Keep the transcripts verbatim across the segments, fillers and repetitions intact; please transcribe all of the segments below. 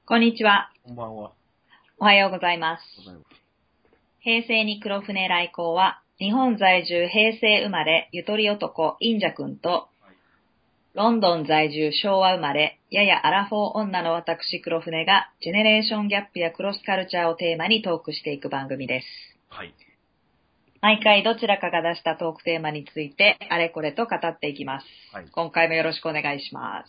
こんにちは。 こんばんは。 おはようございます。 ございます。 平成に黒船来航は、日本在住平成生まれゆとり男インジャ君と、 はい。 ロンドン在住昭和生まれややアラフォー女の私黒船が、ジェネレーションギャップやクロスカルチャーをテーマにトークしていく番組です。 はい。 毎回どちらかが出したトークテーマについて、あれこれと語っていきます。 はい。 今回もよろしくお願いします。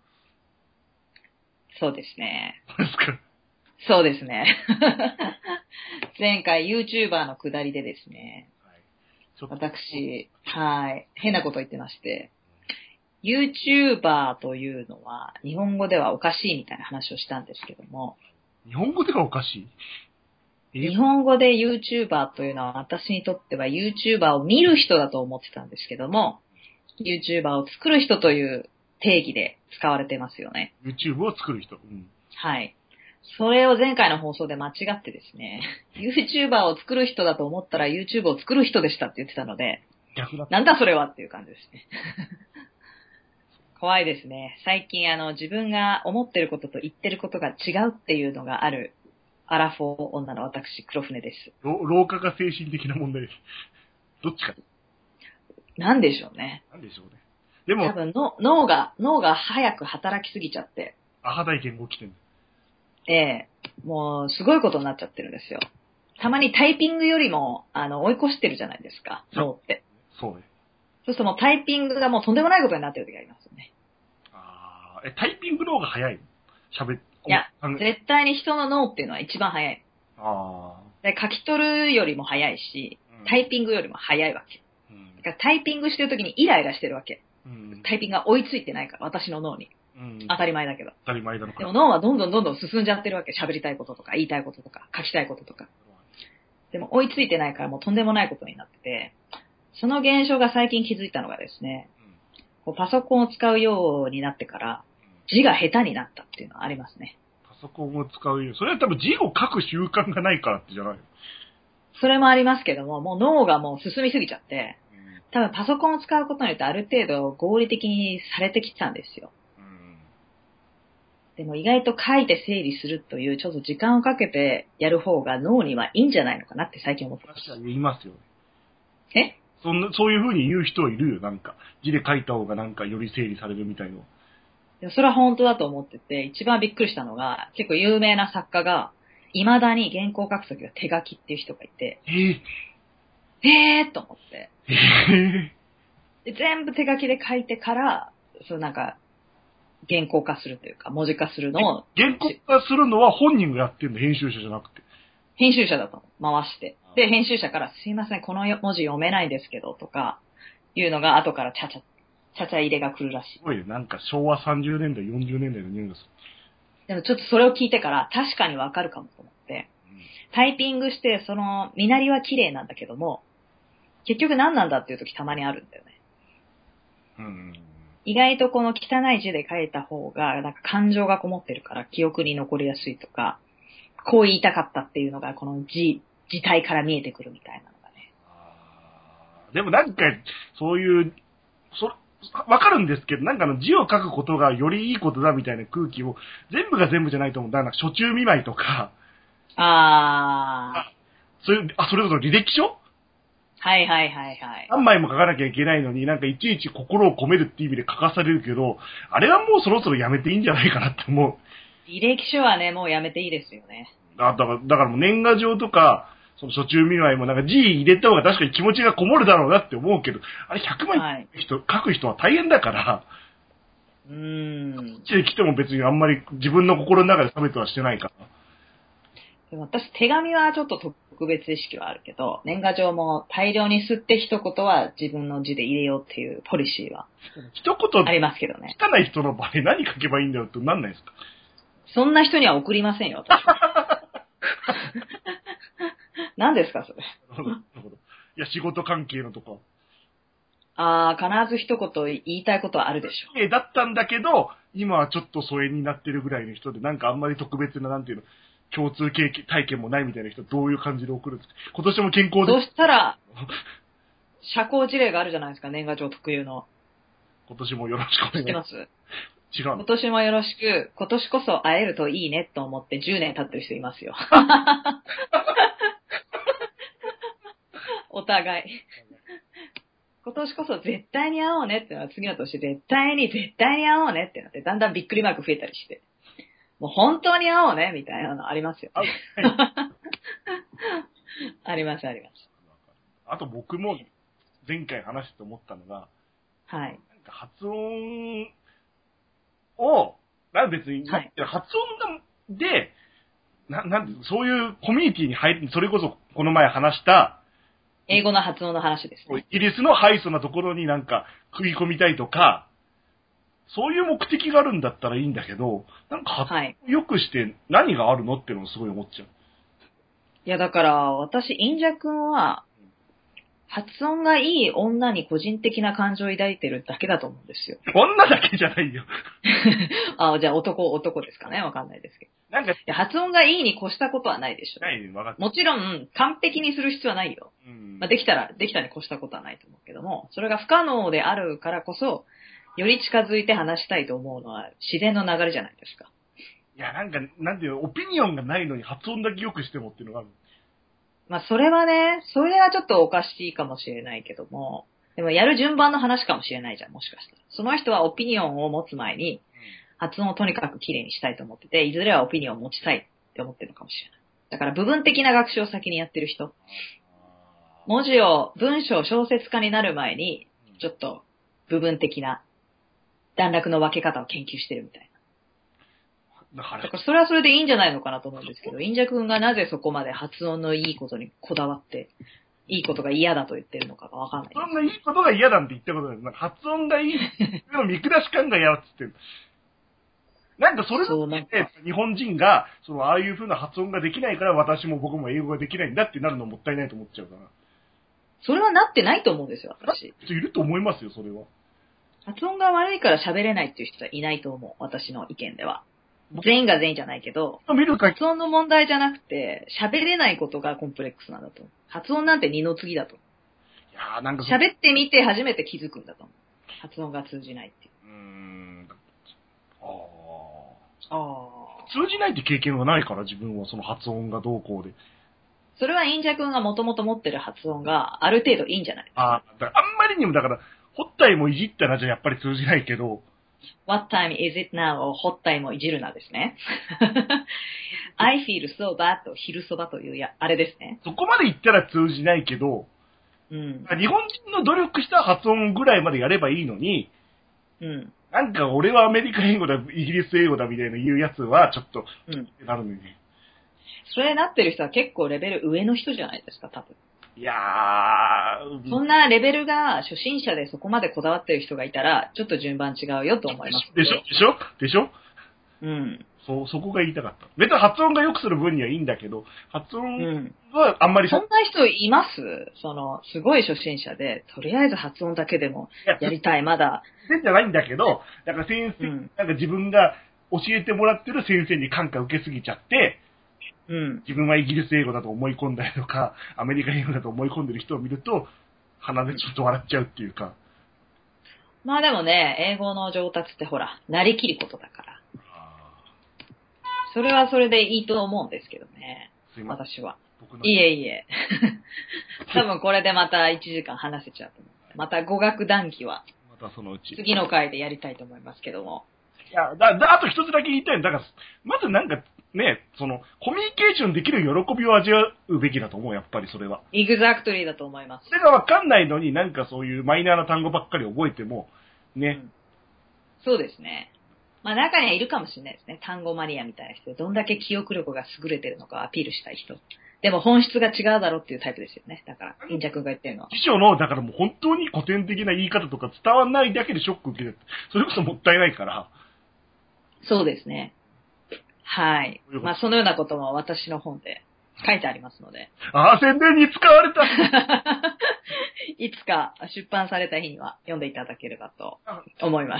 そうですね。 何ですか？ そうですね。前回 YouTuber の下りでですね、 はい。ちょっと。 私、はい、変なこと言ってまして、YouTuber というのは日本語ではおかしいみたいな話をしたんですけども、 日本語ではおかしい。え日本語で YouTuber というのは私にとっては YouTuber を見る人だと思ってたんですけども、YouTuber を作る人という定義で使われてますよね。 YouTube を作る人。うん。 はい。それを前回の放送で間違ってですね、YouTuber を作る人だと思ったら YouTube を作る人でしたって言ってたので、 逆だった。 なんだそれはっていう感じですね。怖いですね。最近あの自分が思ってることと言ってることが違うっていうのがあるアラフォー女の私、黒船です。 老老化が精神的な問題です。どっちか。 なんでしょうね。 なんでしょうね。でも、 多分の脳が、脳が早く働きすぎちゃって、 アハ体験が起きてる。 ええもうすごいことになっちゃってるんですよ。たまにタイピングよりも、あの、追い越してるじゃないですか、脳って。 そうね。 そうするともうタイピングがもうとんでもないことになってる時がありますよね。 あー、え、タイピングの方が早い？喋っ、 いや、 あの絶対に人の脳っていうのは一番早い。 あで、書き取るよりも早いし、タイピングよりも早いわけ。 ー。うん。 だからタイピングしてる時にイライラしてるわけ。 うん。 タイピングが追いついてないから、私の脳に。 うん。 当たり前だけど。 当たり前だのか。 でも脳はどんどんどんどん進んじゃってるわけ。喋りたいこととか、言いたいこととか、書きたいこととか。でも追いついてないからもうとんでもないことになってて、その現象が最近気づいたのがですね、こうパソコンを使うようになってから、字が下手になったっていうのはありますね。 パソコンを使うよ。それは多分字を書く習慣がないからってじゃないの？ それもありますけども、もう脳がもう進みすぎちゃって、多分パソコンを使うことによってある程度合理的にされてきたんですよ。 うん。 でも意外と書いて整理するというちょっと時間をかけてやる方が脳にはいいんじゃないのかなって最近思ってます。 確かに言いますよね。 えそんな、そういう風に言う人いるよ、なんか。字で書いた方がなんかより整理されるみたいな。 でもそれは本当だと思ってて、一番びっくりしたのが、結構有名な作家が、未だに原稿を書くときは手書きっていう人がいて、 えー、 えーっと思って。 えで全部手書きで書いてから、そうなんか、原稿化するというか、文字化するー、 のを、 原稿化するのは本人がやってんの、編集者じゃなくて。 編集者だと回して。で、編集者から、すいません、この文字読めないんですけど、とか、いうのが後からちゃちゃ、ちゃちゃ入れが来るらしい。 すごいね、なんか昭和さんじゅうねんだい、よんじゅうねんだいの匂いがする。 でもちょっとそれを聞いてから、確かにわかるかもと思って、タイピングして、その、見なりは綺麗なんだけども、結局何なんだっていう時たまにあるんだよね。 うん。 意外とこの汚い字で書いた方が、なんか感情がこもってるから記憶に残りやすいとか、こう言いたかったっていうのがこの字、字体から見えてくるみたいなのがね。 あー、でもなんか、そういう、そ、わかるんですけど、なんかあの字を書くことがよりいいことだみたいな空気を、全部が全部じゃないと思う。だから初中見舞いとか、 あそういう、あ、それこそ履歴書ー、はいはいはいはい。 何枚も書かなきゃいけないのに、なんかいちいち心を込めるっていう意味で書かされるけど、あれはもうそろそろやめていいんじゃないかなって思う。 履歴書はね、もうやめていいですよね。 あ、だから、だからもう年賀状とか、その初中見舞いもなんか字入れた方が確かに気持ちがこもるだろうなって思うけど、あれひゃくまいはい。 人、書く人は大変だから、 うーん。 こっちで来ても別にあんまり自分の心の中で差別はしてないから。 でも私、手紙はちょっと特別意識はあるけど、年賀状も大量に吸って一言は自分の字で入れようっていうポリシーは一言、 ありますけどね。 汚い人の場合何書けばいいんだよってなんないですか？ そんな人には送りませんよ、私は。何ですか、それ。 なるほど。なるほど。いや、仕事関係のとか。 ああ、必ず一言言いたいことはあるでしょえだったんだけど、今はちょっと疎遠になってるぐらいの人で、なんかあんまり特別な、なんていうの、共通経験、体験もないみたいな人、どういう感じで送るんですか？今年も健う。 康で。 そしたら、社交辞令があるじゃないですか、年賀状特有の。 今年もよろしくお願いします。 知ってます違うの。 今年もよろしく、今年こそ会えるといいねと思ってじゅうねん経ってる人いますよ。お互い。今年こそ絶対に会おうねってのは次の年絶対に絶対に会おうねってなってだんだんびっくりマーク増えたりして。もう本当に会おうねみたいなのありますよ、ね。ありますあります。 あと僕も前回話して思ったのが、 はい。 なんか発音を、なん別に、 はい、 発音で、な、なんて、そういうコミュニティに入る、それこそこの前話した、 英語の発音の話ですね。 イギリスのハイソなところになんか食い込みたいとか、そういう目的があるんだったらいいんだけど、なんか発音良くして何があるのっていうのをすごい思っちゃう。 いやだから私、インジャ君は、発音がいい女に個人的な感情を抱いてるだけだと思うんですよ。 女だけじゃないよ。 あ、じゃあ男、男ですかねわかんないですけど。 なんか、いや発音がいいに越したことはないでしょ。 ない、分かった。 もちろん、完璧にする必要はないよ。 うん、 まあ、できたら、できたに越したことはないと思うけども、それが不可能であるからこそ、より近づいて話したいと思うのは自然の流れじゃないですか。 いや、なんか、なんていうの、オピニオンがないのに発音だけ良くしてもっていうのがある。 まあ、それはね、それはちょっとおかしいかもしれないけども、でもやる順番の話かもしれないじゃん、もしかしたら。その人はオピニオンを持つ前に、発音をとにかく綺麗にしたいと思ってて、いずれはオピニオンを持ちたいって思ってるのかもしれない。だから部分的な学習を先にやってる人。文字を、文章小説家になる前に、ちょっと部分的な段落の分け方を研究してるみたいな。 だから、 だからそれはそれでいいんじゃないのかなと思うんですけど、インジャ君がなぜそこまで発音のいいことにこだわって、いいことが嫌だと言ってるのかがわかんない。 発音がいいことが嫌だって言ったことない。なんか発音がいいの見下し感が嫌だって言ってる。なんかそれそうなんかで日本人が、そのああいう風な発音ができないから私も僕も英語ができないんだってなるのもったいないと思っちゃうから。 それはなってないと思うんですよ、私。 人いると思いますよ、それは。 発音が悪いから喋れないっていう人はいないと思う、私の意見では。全員が全員じゃないけど、 見るか発音の問題じゃなくて、喋れないことがコンプレックスなんだと思う。発音なんて二の次だと思う。 いやーなんか喋ってみて初めて気づくんだと思う。発音が通じないっていう。 うーん。あああ。通じないって経験がないから自分はその発音がどうこうで。 それはインジャ君がもともと持ってる発音がある程度いいんじゃないですか。 ああ。だからあんまりにもだから、ホッタイもいじったらじゃやっぱり通じないけど。 What time is it now? をホッタイもいじるなですね。I feel so bad と昼そばというや、あれですね。 そこまで言ったら通じないけど、 うん。 日本人の努力した発音ぐらいまでやればいいのに、 うん。 なんか俺はアメリカ英語だ、イギリス英語だみたいな言うやつはちょっと、 うん。 なるのにね。 それなってる人は結構レベル上の人じゃないですか、多分。 いやー、 そんなレベルが初心者でそこまでこだわってる人がいたら、ちょっと順番違うよと思います。 でしょでしょでしょうん。 そう、そこが言いたかった。別に発音が良くする分にはいいんだけど、発う音ん。 はあんまりそんな人いますその、すごい初心者で、とりあえず発音だけでもやりたい、まだ。 全じゃないんだけど、だから先生、 うん、 なんか自分が教えてもらってる先生に感化受けすぎちゃって、 うん。 自分はイギリス英語だと思い込んだりとか、アメリカ英語だと思い込んでる人を見ると、鼻でちょっと笑っちゃうっていうか。 まあでもね、英語の上達ってほら、なりきることだから。それはそれでいいと思うんですけどね。 すいません。 私は。 僕のいえいえ。多分これでまたいちじかん話せちゃうと思う。また語学談義はまたそのうち。い次の回でやりたいと思いますけども。 や、だ、だ、あと一つだけ言いたいの。だから、まずなんか、ね、その、コミュニケーションできる喜びを味わうべきだと思う、やっぱりそれは。 イグザクトリーだと思います。 それがわかんないのになんかそういうマイナーな単語ばっかり覚えても、ね。 うん、そうですね。まあ中にはいるかもしれないですね。単語マニアみたいな人で、どんだけ記憶力が優れてるのかをアピールしたい人。でも本質が違うだろうっていうタイプですよね。だから、インジャ君が言ってるのは。 辞書の、だからもう本当に古典的な言い方とか伝わんないだけでショック受けて、それこそもったいないから。 そうですね。はい。 ういうことまあそのようなことも私の本で書いてありますので。 ああ、宣伝に使われたいつか出版された日には読んでいただければと思います。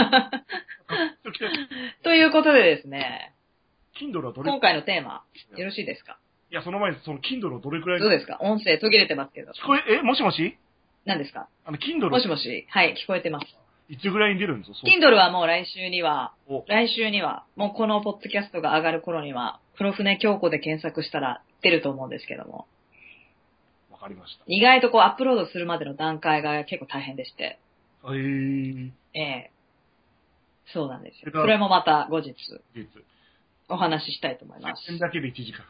ということでですね、 Kindle はどれ今回のテーマ、よろしいですか？ いや、その前にその Kindle をどれくらいどうですか？音声途切れてますけど。 聞こえ、え、もしもし何ですか？ あの、Kindle もしもし。はい、聞こえてます。 いつぐらいに出るんですか？そう Kindle はもう来週には、 お、 来週には、もうこのポッドキャストが上がる頃には、黒船京子で検索したら出ると思うんですけども、 わかりました。 意外とこうアップロードするまでの段階が結構大変でして、 えー、 ええそうなんですよ。 それがそれもまた後日実。 お話ししたいと思います。 宣伝だけでいちじかん。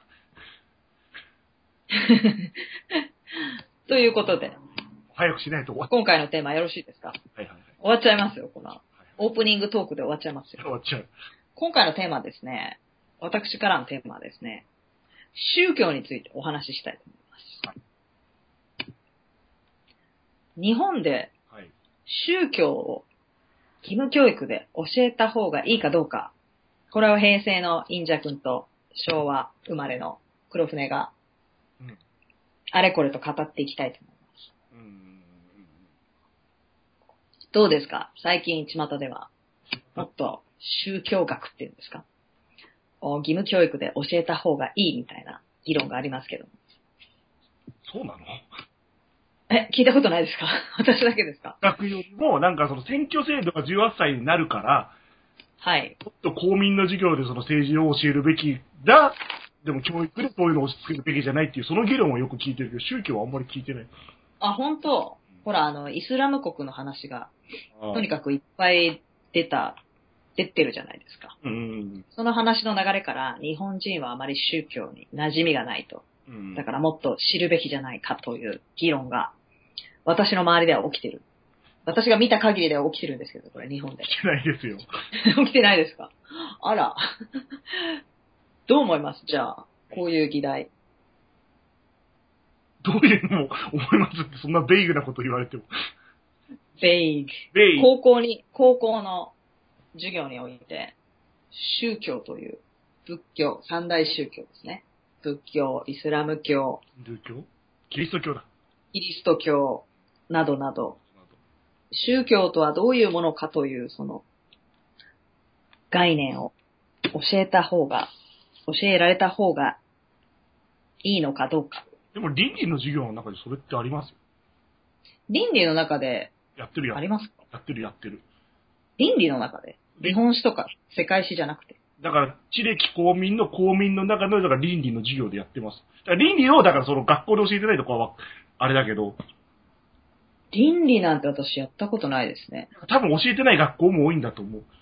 ということで、 早くしないと終わっ今回のテーマよろしいですか？ はいはいはい。 終わっちゃいますよ、この。 はいオープニングトークで終わっちゃいますよ。 終わっちゃう。 今回のテーマはですね、私からのテーマはですね、宗教についてお話ししたいと思います。 は日本ではい。 宗教を義務教育で教えた方がいいかどうか、これを平成のインジャ君と昭和生まれの黒船がうん。 あれこれと語っていきたいと思います。 うんうんうんうん。 どうですか？最近巷ではもっと宗教学っていうんですか？を義務教育で教えた方がいいみたいな議論がありますけど。 そうなの？ え、聞いたことないですか？私だけですか？ 学よりも、なんかその選挙制度がじゅうはっさいになるから、 はい。 もっと公民の授業でその政治を教えるべきだ。でも教育でそういうのを押し付けるべきじゃないっていう、その議論をよく聞いてるけど、宗教はあんまり聞いてない。 あ、本当？ほら、あの、イスラム国の話が、 あとにかくいっぱい出た、出てるじゃないですか。 うんうんその話の流れから、日本人はあまり宗教に馴染みがないと。 うん。 だからもっと知るべきじゃないかという議論が、私の周りでは起きてる。私が見た限りでは起きてるんですけど、これ日本で。 聞けないですよ。 起きてないですか？あら。どう思いますじゃあ、こういう議題。 どういうのも思いますって、そんなベイグなこと言われても。 ベイグ。 ベイグ。 高校に、高校の授業において、宗教という仏教、三大宗教ですね。仏教、イスラム教、 ヒンドゥー教？キリスト教だ。 キリスト教などなど、宗教とはどういうものかというその概念を教えた方が、教えられた方がいいのかどうか。 でも倫理の授業の中でそれってありますよ。 倫理の中でやってるやん。 ありますか？ やってるやってる。 倫理の中で日本史とか世界史じゃなくて。 だから、地歴公民の公民の中の、だから倫理の授業でやってます。だから倫理を、だからその学校で教えてないとこは、あれだけど、 倫理なんて私やったことないですね。 多分教えてない学校も多いんだと思う。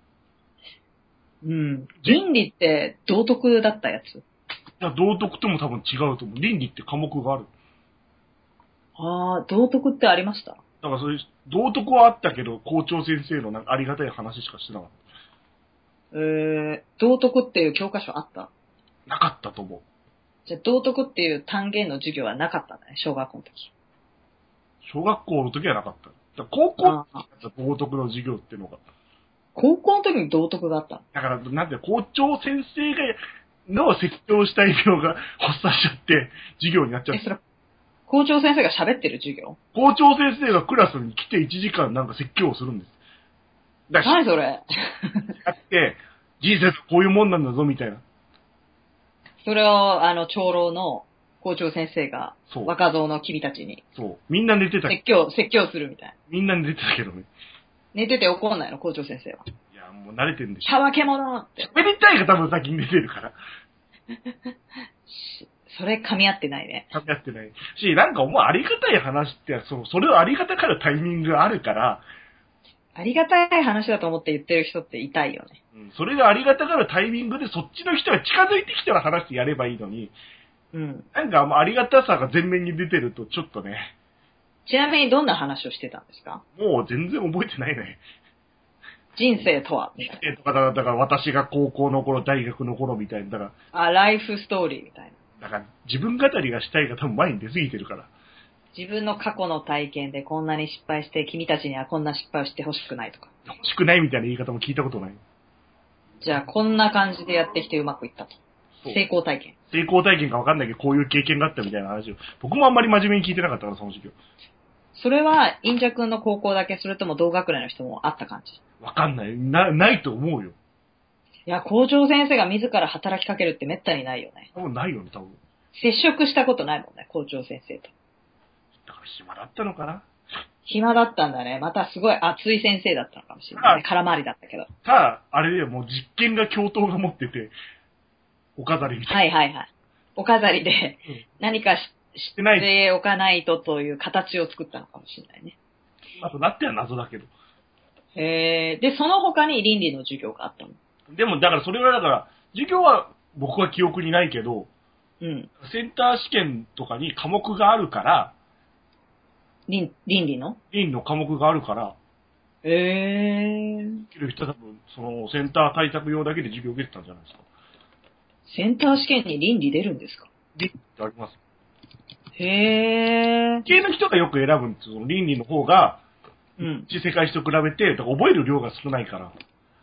うん。倫理って道徳だったやつ。 いや、道徳とも多分違うと思う。倫理って科目がある。 ああ、道徳ってありました？ だからそういう、道徳はあったけど、校長先生のなんかありがたい話しかしてなかっえー、道徳っていう教科書あった？ た。なかったと思う。 じゃあ道徳っていう単元の授業はなかったんだね、小学校の時。 小学校の時はなかった。だから高校のああ時だった道徳の授業っていうのが。 高校の時に道徳があったの？ だから、なんて、校長先生が、の説教したい病が発作しちゃって、授業になっちゃっえ、 て。 それ、校長先生が喋ってる授業？ 校長先生がクラスに来ていちじかんなんか説教をするんです。だから、 何それ？ やって、人生ってこういうもんなんだぞ、みたいな。 それを、あの、長老の校長先生が、 そう若造の君たちにそう。みんな寝てた。 説教、説教するみたいな。 みんな寝てたけどね。 寝てて怒んないの、校長先生は。 いや、もう慣れてるんでしょ。 たわけ者って。 喋りたいが多分先に寝てるから。 それ噛み合ってないね。 噛み合ってない。し、なんかもうありがたい話って、その、それをありがたがるタイミングがあるから、 ありがたい話だと思って言ってる人っていたいよね。 うん、それがありがたがるタイミングでそっちの人が近づいてきたら話してやればいいのに、 うん。 なんかもうありがたさが前面に出てるとちょっとね、 ちなみにどんな話をしてたんですか？ もう全然覚えてないね。 人生とはみたいえ、とかだから、だから私が高校の頃、大学の頃みたいな、だから、 な。あ、ライフストーリーみたいな。 だから自分語りがしたいが多分前に出過ぎてるから。 自分の過去の体験でこんなに失敗して君たちにはこんな失敗をしてほしくないとか。 欲しくないみたいな言い方も聞いたことない。 じゃあこんな感じでやってきてうまくいったと。 そう成功体験。 成功体験かわかんないけど、こういう経験があったみたいな話を。僕もあんまり真面目に聞いてなかったから、その授業。 それは、インジャ君の高校だけ、それとも同学年の人もあった感じ？ わかんない。な、ないと思うよ。 いや、校長先生が自ら働きかけるってめったにないよね。 多分ないよね、多分。 接触したことないもんね、校長先生と。 だから暇だったのかな。 暇だったんだね。またすごい熱い先生だったのかもしれない、ね。空回りだったけど。 ただ、あれでもう実験が教頭が持ってて、お飾りみたいな。 はいはいはい。お飾りで何かし、 してない。 しておかないとという形を作ったのかもしれないね。 あとなっては謎だけど。 へー。で、その他に倫理の授業があったの。 でも、だからそれはだから、授業は僕は記憶にないけど、 うん。 センター試験とかに科目があるから、 倫、倫理の倫の科目があるから、 へー。 受ける人は多分、そのセンター対策用だけで授業を受けてたんじゃないですか。 センター試験に倫理出るんですか？ 倫ってあります。 へー。 系の人がよく選ぶんですよ。その倫理の方が、 うん。 世界史と比べて、だから覚える量が少ないから。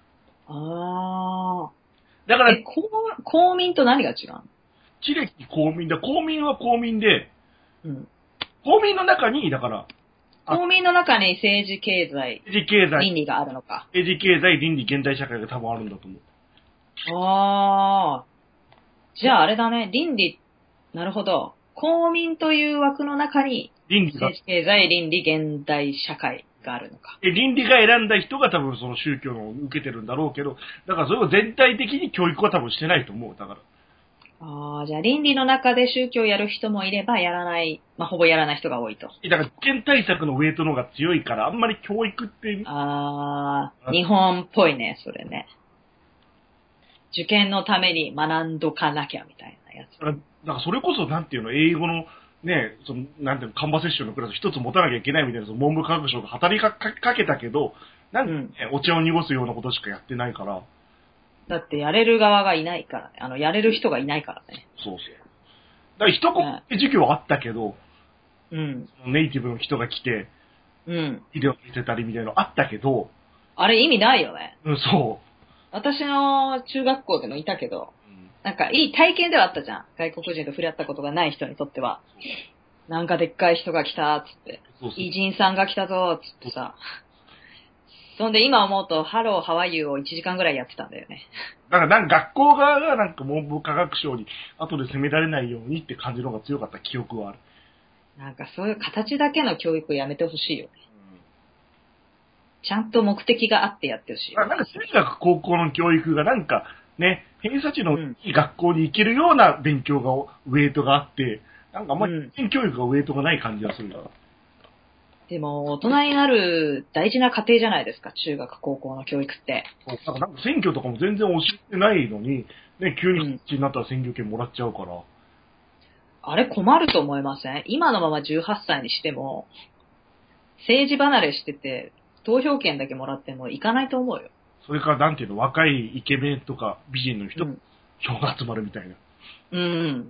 あだから、 ー。え、公、公民と何が違うの？ 地歴公民だ。公民は公民で、 うん。 公民の中に、だから、 公民の中に政治、経済、 政治経済、 倫理があるのか。 政治経済、倫理、現代社会が多分あるんだと思う。 あー。じゃああれだね。倫理、なるほど。公民という枠の中に、 倫理が政、治、経済、倫理、現代社会があるのか。 で倫理が選んだ人が多分その宗教のを受けてるんだろうけど、だからそれを全体的に教育は多分してないと思う。だから。 ああ、じゃあ倫理の中で宗教をやる人もいれば、やらない、まあ、ほぼやらない人が多いと。 だから、危険対策のウェイトの方が強いから、あんまり教育って、 ああ、日本っぽいね、それね。受験のために学んどかなきゃみたいなやつ。 だからだからそれこそ、なんていうの、英語の、ね、その、なんていうの、カンバセッションのクラス一つ持たなきゃいけないみたいな、その文部科学省が働きかかけたけど、なんか、ね、うん、お茶を濁すようなことしかやってないから。 だってやれる側がいないからね。あの、やれる人がいないからね。 そうそう。だから一言って授業はあったけど、 うん。 ネイティブの人が来て、 うん。 ビデオ見せたりみたいなのあったけど、 あれ意味ないよね。 うん、そう。 私の中学校でもいたけど、うん、なんかいい体験ではあったじゃん。外国人と触れ合ったことがない人にとっては。なんかでっかい人が来た、つって。そうそう、偉人さんが来たぞ、つってさ。そんで今思うと、ハローハワイユーをいちじかんぐらいやってたんだよね。 だからなんか学校側がなんか文部科学省に後で責められないようにって感じの方が強かった記憶はある。 なんかそういう形だけの教育をやめてほしいよね。うん、ちゃんと目的があってやってほしいよね。 なんか中学高校の教育がなんかね、偏差値のいい学校に行けるような勉強が、ウェイトがあって、なんかあんまり教育がウェイトがない感じがするから。うんでも、大人になる大事な過程じゃないですか、中学、高校の教育って。 そうなんか選挙とかも全然教えてないのに、ね、急に口になったら選挙権もらっちゃうから、うん。 あれ困ると思いません？今のままじゅうはっさいにしても、政治離れしてて、投票権だけもらってもいかないと思うよ。 それからなんていうの、若いイケメンとか美人の人、うん、票が集まるみたいな。 うん。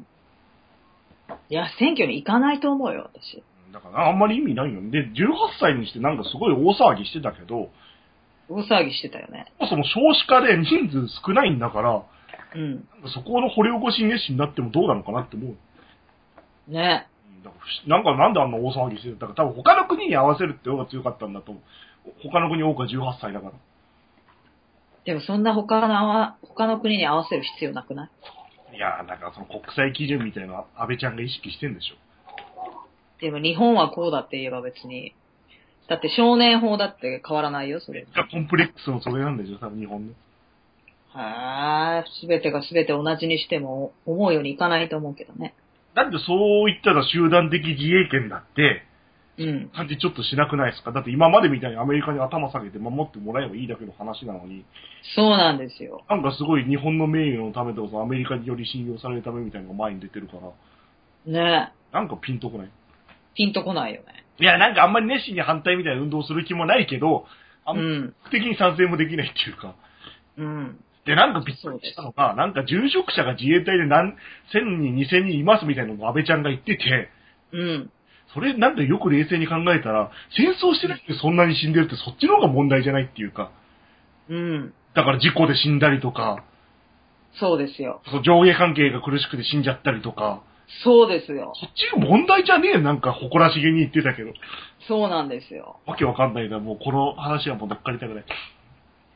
いや、選挙に行かないと思うよ、私。 だからあんまり意味ないよね。で、じゅうはっさいにしてなんかすごい大騒ぎしてたけど。 大騒ぎしてたよね。 そもそも少子化で人数少ないんだから、 うん。 なんかそこの掘り起こし熱心になってもどうなのかなって思う。 ね。 なんかなんであんな大騒ぎしてたか、多分他の国に合わせるって方が強かったんだと思う。他の国多くはじゅうはっさいだから。 でもそんな他の、他の国に合わせる必要なくない？ いやーなんかその国際基準みたいな安倍ちゃんが意識してんでしょ。 でも日本はこうだって言えば別に。だって少年法だって変わらないよ、それ。 コンプレックスもそれなんでしょ、多分日本の。 はぁ、すべてがすべて同じにしても思うようにいかないと思うけどね。 だってそう言ったら集団的自衛権だって、 うん。 感じちょっとしなくないですか？だって今までみたいにアメリカに頭下げて守ってもらえばいいだけの話なのに。 そうなんですよ。 なんかすごい日本の名誉のためとかアメリカにより信用されるためみたいなのが前に出てるから。 ねえ。なんかピンとこない。 ピンとこないよね。 いや、なんかあんまり熱心に反対みたいな運動をする気もないけど、あんまり的に賛成もできないっていうか。 うん。 で、なんかびっくりしたのが、なんか殉職者が自衛隊で何千人、二千人いますみたいなのを安倍ちゃんが言ってて、 うん。 それなんかよく冷静に考えたら、戦争してない人そんなに死んでるってそっちの方が問題じゃないっていうか。 うん。 だから事故で死んだりとか。 そうですよ。 上下関係が苦しくて死んじゃったりとか。 そうですよ。 そっちが問題じゃねえ、なんか誇らしげに言ってたけど。 そうなんですよ。 わけわかんないな、もうこの話はもうなっかりたくない。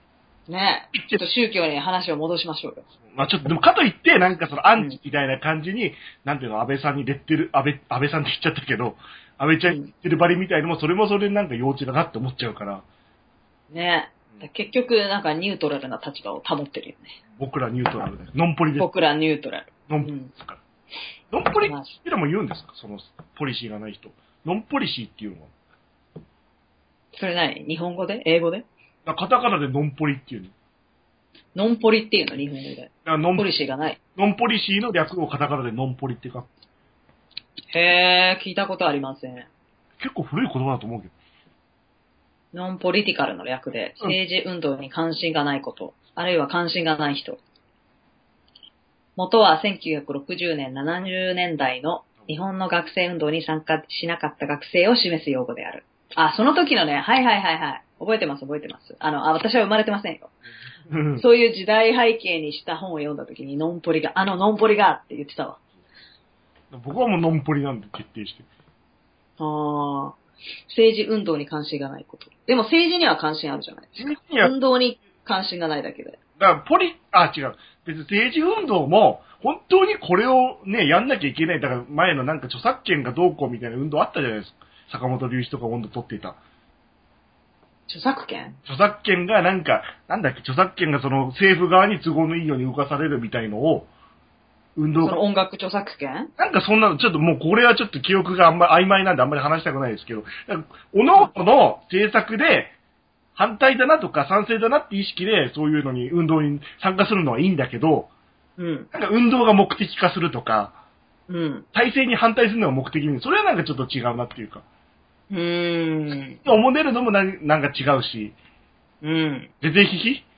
ねえ。ちょっと宗教に話を戻しましょうよ。 まあちょっと、でもかといって、なんかそのアンチみたいな感じに、うん、なんていうの、安倍さんにレッテル、安倍、安倍さんって言っちゃったけど、安倍ちゃんにレッテルバリみたいのも、それもそれでなんか幼稚だなって思っちゃうから。 ねえ。結局、なんかニュートラルな立場を保ってるよね。 僕らニュートラルで。ノンポリです。 僕らニュートラル。 ノンポリですから。うん、ノンポリってのも言うんですか、そのポリシーがない人。ノンポリシーっていうのは。 それ何日本語で英語でカタカナでノンポリっていうの。 ノンポリっていうの日本語で。ノンポリシーがない。 ノンポリシーの略をカタカナでノンポリって書く。 へー、聞いたことありません。 結構古い言葉だと思うけど。 ノンポリティカルの略で、政治運動に関心がないこと、うん、あるいは関心がない人。元はせんきゅうひゃくろくじゅうねん、ななじゅうねんだいの日本の学生運動に参加しなかった学生を示す用語である。あ、その時のね、はいはいはいはい。覚えてます覚えてます。あの、あ、私は生まれてませんよ。そういう時代背景にした本を読んだ時にノンポリが、あのノンポリがって言ってたわ。 僕はもうノンポリなんで決定して。 ああ、政治運動に関心がないこと。でも政治には関心あるじゃないですか。運動に関心がないだけで。 だからポリ、あ、違う。別に政治運動も、本当にこれをね、やんなきゃいけない。だから前のなんか著作権がどうこうみたいな運動あったじゃないですか。坂本龍一とか温度取っていた。 著作権著作権がなんか、なんだっけ、著作権がその政府側に都合のいいように動かされるみたいのを、運動その音楽著作権なんかそんなの、ちょっともうこれはちょっと記憶があんま曖昧なんであんまり話したくないですけど、おのおの政策で反対だなとか賛成だなって意識でそういうのに運動に参加するのはいいんだけど、 うん。 なんか運動が目的化するとか、 うん。 体制に反対するのが目的に、それはなんかちょっと違うなっていうか。 うーん。 思ねるのもななんか違うし、 うん。 全然ひひ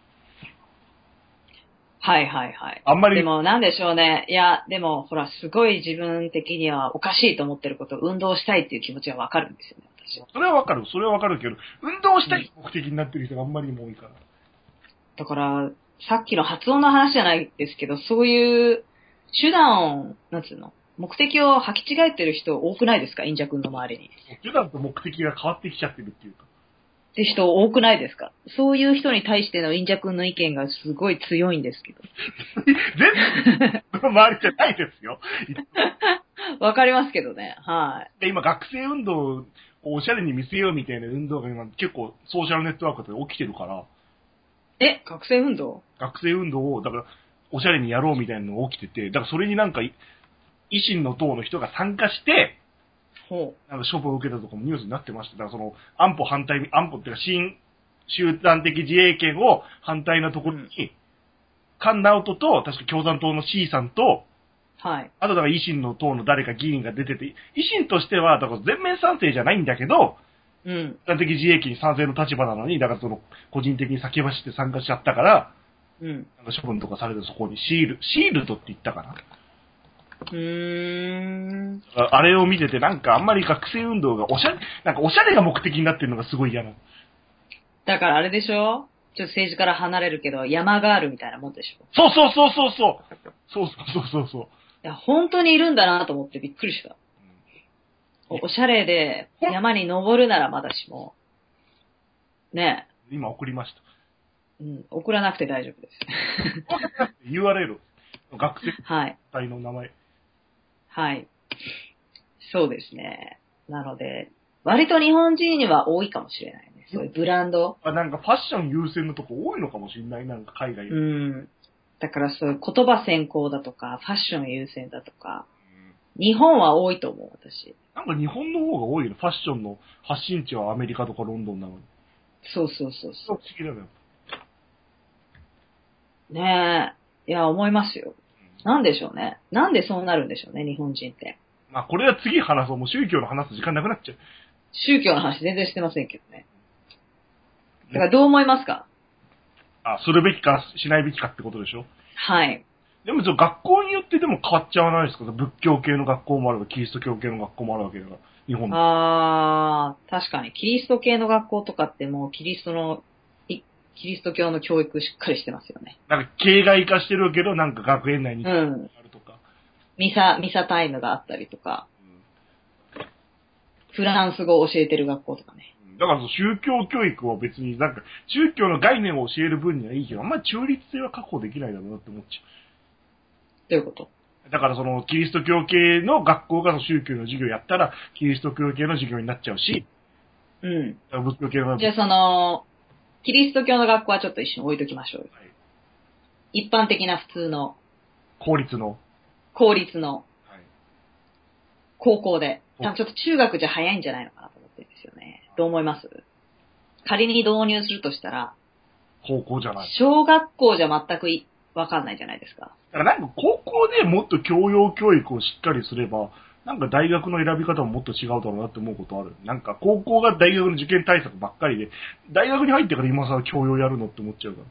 はいはいはい。 あんまり。 でもなんでしょうね。いや、でもほら、すごい自分的にはおかしいと思ってること、運動したいっていう気持ちはわかるんですよね、私は。 それはわかる。それはわかるけど、運動したい目的になってる人があんまりにも多いから。 だから、さっきの発音の話じゃないですけど、そういう手段を、なんつうの、目的を履き違えてる人多くないですか、インジャ君の周りに。 手段と目的が変わってきちゃってるっていうか。 って人多くないですか？そういう人に対してのインジャ君の意見がすごい強いんですけど。 全部周りじゃないですよ。 わかりますけどね。はい。 で、今学生運動をおしゃれに見せようみたいな運動が今結構ソーシャルネットワークで起きてるから。 え、学生運動？ 学生運動を、だから、おしゃれにやろうみたいなのが起きてて、だからそれになんか、維新の党の人が参加して、 ほう。 なんか処分を受けたとかもニュースになってました。だからその、安保反対、安保っていうか、新集団的自衛権を反対なところに、うん、菅直人と、確か共産党の C さんと、 はい。 あとだから維新の党の誰か議員が出てて、維新としては、だから全面賛成じゃないんだけど、 うん。 集団的自衛権に賛成の立場なのに、だからその、個人的に先走って参加しちゃったから、 うん。 なんか処分とかされてそこにシール、シールドって言ったかな。 うーん。 あれを見ててなんかあんまり学生運動がおしゃれ、なんかおしゃれが目的になってるのがすごい嫌な。 だからあれでしょ？ちょっと政治から離れるけど、山ガールみたいなもんでしょ？ そうそうそうそうそう。そうそうそうそう。 いや、本当にいるんだなと思ってびっくりした。うん、おしゃれで山に登るならまだしも。ねえ。今送りました。 うん、送らなくて大丈夫です。 ユーアールエル。学生隊の名前。 はい。はい。そうですね。なので、割と日本人には多いかもしれないね。そういうブランド。 あ、なんかファッション優先のとこ多いのかもしれない。なんか海外。 うん。だからそういう言葉先行だとか、ファッション優先だとか、うん、日本は多いと思う、私。 なんか日本の方が多いの。ファッションの発信地はアメリカとかロンドンなのに。 そうそうそうそう。 不思議だね。 ねえ。いや、思いますよ。なんでしょうね。なんでそうなるんでしょうね、日本人って。 まあ、これは次話そう。もう宗教の話す時間なくなっちゃう。 宗教の話全然してませんけどね。だからどう思いますか？ あ、するべきかしないべきかってことでしょ？ はい。 でも学校によってでも変わっちゃわないですか？仏教系の学校もあれば、キリスト教系の学校もあるわけだから、日本で。 あー、確かに。キリスト系の学校とかってもうキリストの、キリスト教の教育しっかりしてますよね。 なんか、形骸化してるけど、なんか学園内にあるとか。 うん、ミサ、ミサタイムがあったりとか、うん、フランス語を教えてる学校とかね。 だから宗教教育は別になんか宗教の概念を教える分にはいいけど、あんまり中立性は確保できないだろうなって思っちゃどういうこと？ う。だからそのキリスト教系の学校がその宗教の授業やったらキリスト教系の授業になっちゃうし、 うん。 仏教系の。 じゃあその、キリスト教の学校はちょっと一緒に置いときましょうよ。 はい、 一般的な普通の、 公立の。 公立のはい、 高校で、多分ちょっと中学じゃ早いんじゃないのかなと思ってるんですよね。どう思います？仮に導入するとしたら、 高校じゃない。 小学校じゃ全くいわかんないじゃないですか。 だからなんか高校でもっと教養教育をしっかりすれば、なんか大学の選び方ももっと違うだろうなって思うことある。なんか高校が大学の受験対策ばっかりで、大学に入ってから今更教養やるのって思っちゃうから。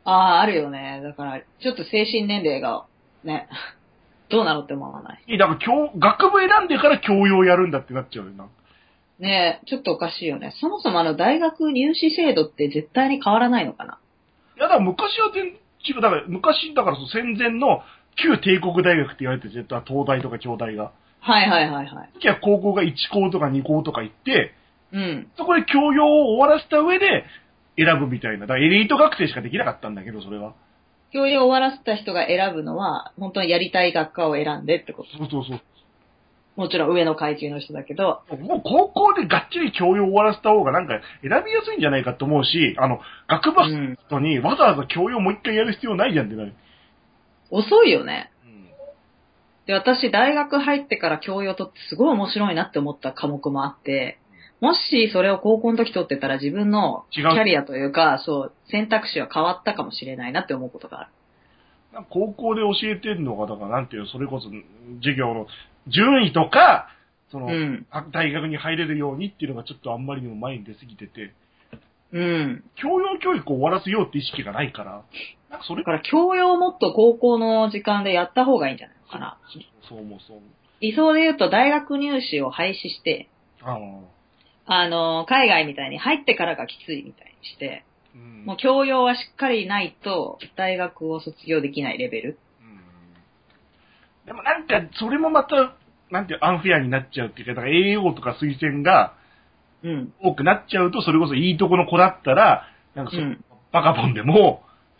ああ、あるよね。だから、ちょっと精神年齢が、ね、どうなのって思わない。 いや、だから教、学部選んでから教養やるんだってなっちゃうよな。 ねえ、ちょっとおかしいよね。そもそもあの大学入試制度って絶対に変わらないのかな？ いや、だから昔は全然違う。だから昔、だからその戦前の旧帝国大学って言われてる、東大とか京大が。 はいはいはいはい。 時は高校がいち校とかに校とか行って、 うん。 そこで教養を終わらせた上で選ぶみたいな。だからエリート学生しかできなかったんだけど、それは。 教養を終わらせた人が選ぶのは、本当にやりたい学科を選んでってこと。 そうそうそう。 もちろん上の階級の人だけど。 もう高校でがっちり教養を終わらせた方がなんか選びやすいんじゃないかと思うし、あの、学部人にわざわざ教養もう一回やる必要ないじゃんってなる。 遅いよね。 うん、 で、私大学入ってから教養とってすごい面白いなって思った科目もあって、もしそれを高校の時取ってたら自分のキャリアというか、そう、選択肢は変わったかもしれないなって思うことがある。 高校で教えてるのが、だからなんていうの、それこそ授業の順位とか、その、うん、大学に入れるようにっていうのがちょっとあんまりにも前に出すぎてて、 うん。 教養教育を終わらせようって意識がないから、 なんかそれだから教養をもっと高校の時間でやった方がいいんじゃないのかな。 そう思う、そう思う。 理想で言うと大学入試を廃止して、ああの、海外みたいに入ってからがきついみたいにして、うん、もう教養はしっかりないと大学を卒業できないレベル。うん、 でもなんか、それもまた、なんていうアンフェアになっちゃうっていうか、だから エーオー とか推薦が、うん。多くなっちゃうと、それこそいいとこの子だったら、なんかそ、うん、バカボンでも、うん。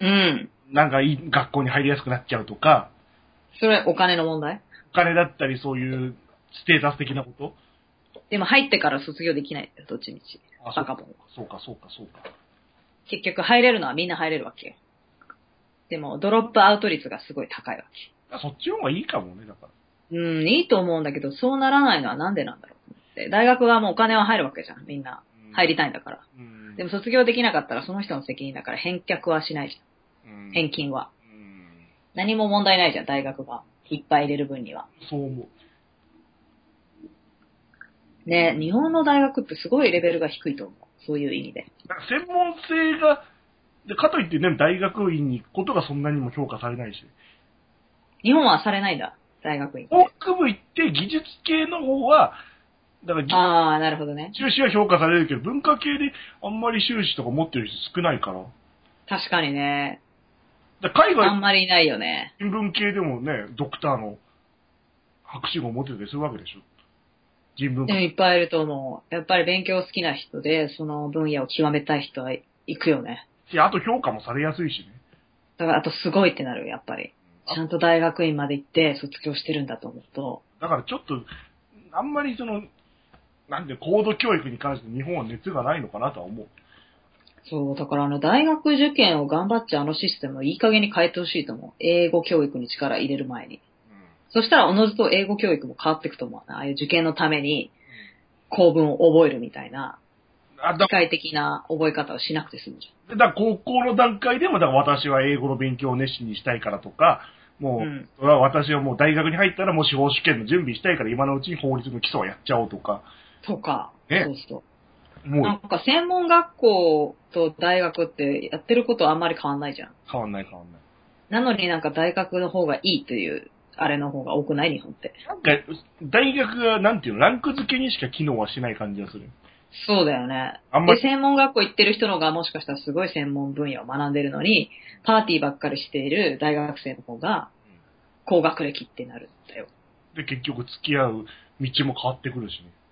なんかいい学校に入りやすくなっちゃうとか。 それお金の問題？ お金だったりそういうステータス的なこと？ でも入ってから卒業できないんだよ、どっちみち。バカボンは。 そうか、そうか、そうか。 結局入れるのはみんな入れるわけよ。でも、ドロップアウト率がすごい高いわけ。 そっちの方がいいかもね、だから。 うん、いいと思うんだけど、そうならないのはなんでなんだろうと思って。大学はもうお金は入るわけじゃん、みんな。入りたいんだから。うん、でも卒業できなかったらその人の責任だから返却はしないじゃん。うん、返金は、うん。何も問題ないじゃん、大学が。いっぱい入れる分には。 そう思う。 ね、日本の大学ってすごいレベルが低いと思う。そういう意味で。 専門性が、でかといってね、大学院に行くことがそんなにも評価されないし。 日本はされないんだ、大学院。 大学部行って技術系の方は、だからああ、なるほどね。 修士は評価されるけど、文化系であんまり修士とか持ってる人少ないから。 確かにね。 だ海外、 あんまりいないよね。 新聞系でもね、ドクターの博士号を持ってたりするわけでしょ。人文でもいっぱいいると思う。やっぱり勉強好きな人で、その分野を極めたい人は行くよね。 し、あと評価もされやすいしね。 だからあとすごいってなる、やっぱり。ちゃんと大学院まで行って卒業してるんだと思うと。 だからちょっと、あんまりその、なんで高度教育に関して日本は熱がないのかなとは思う。 そう、だからあの大学受験を頑張っちゃうあのシステムをいい加減に変えてほしいと思う。英語教育に力入れる前に。うん、そしたらおのずと英語教育も変わっていくと思うな。ああいう受験のために構文を覚えるみたいな、機械的な覚え方をしなくて済むじゃん。 だから高校の段階でも、だから私は英語の勉強を熱心にしたいからとか、もう、うん、それは私はもう大学に入ったらもう司法試験の準備したいから今のうちに法律の基礎をやっちゃおうとか。 とか、 ね、 そうそう。もうなんか専門学校と大学ってやってることはあんまり変わんないじゃん。 変わんない変わんない。 なのになんか大学の方がいいという、あれの方が多くない日本って。 なんか、大学がなんていうの、ランク付けにしか機能はしない感じがする。 そうだよね。あんまり。で、専門学校行ってる人の方がもしかしたらすごい専門分野を学んでるのに、パーティーばっかりしている大学生の方が、高学歴ってなるんだよ。 で、結局付き合う道も変わってくるしね。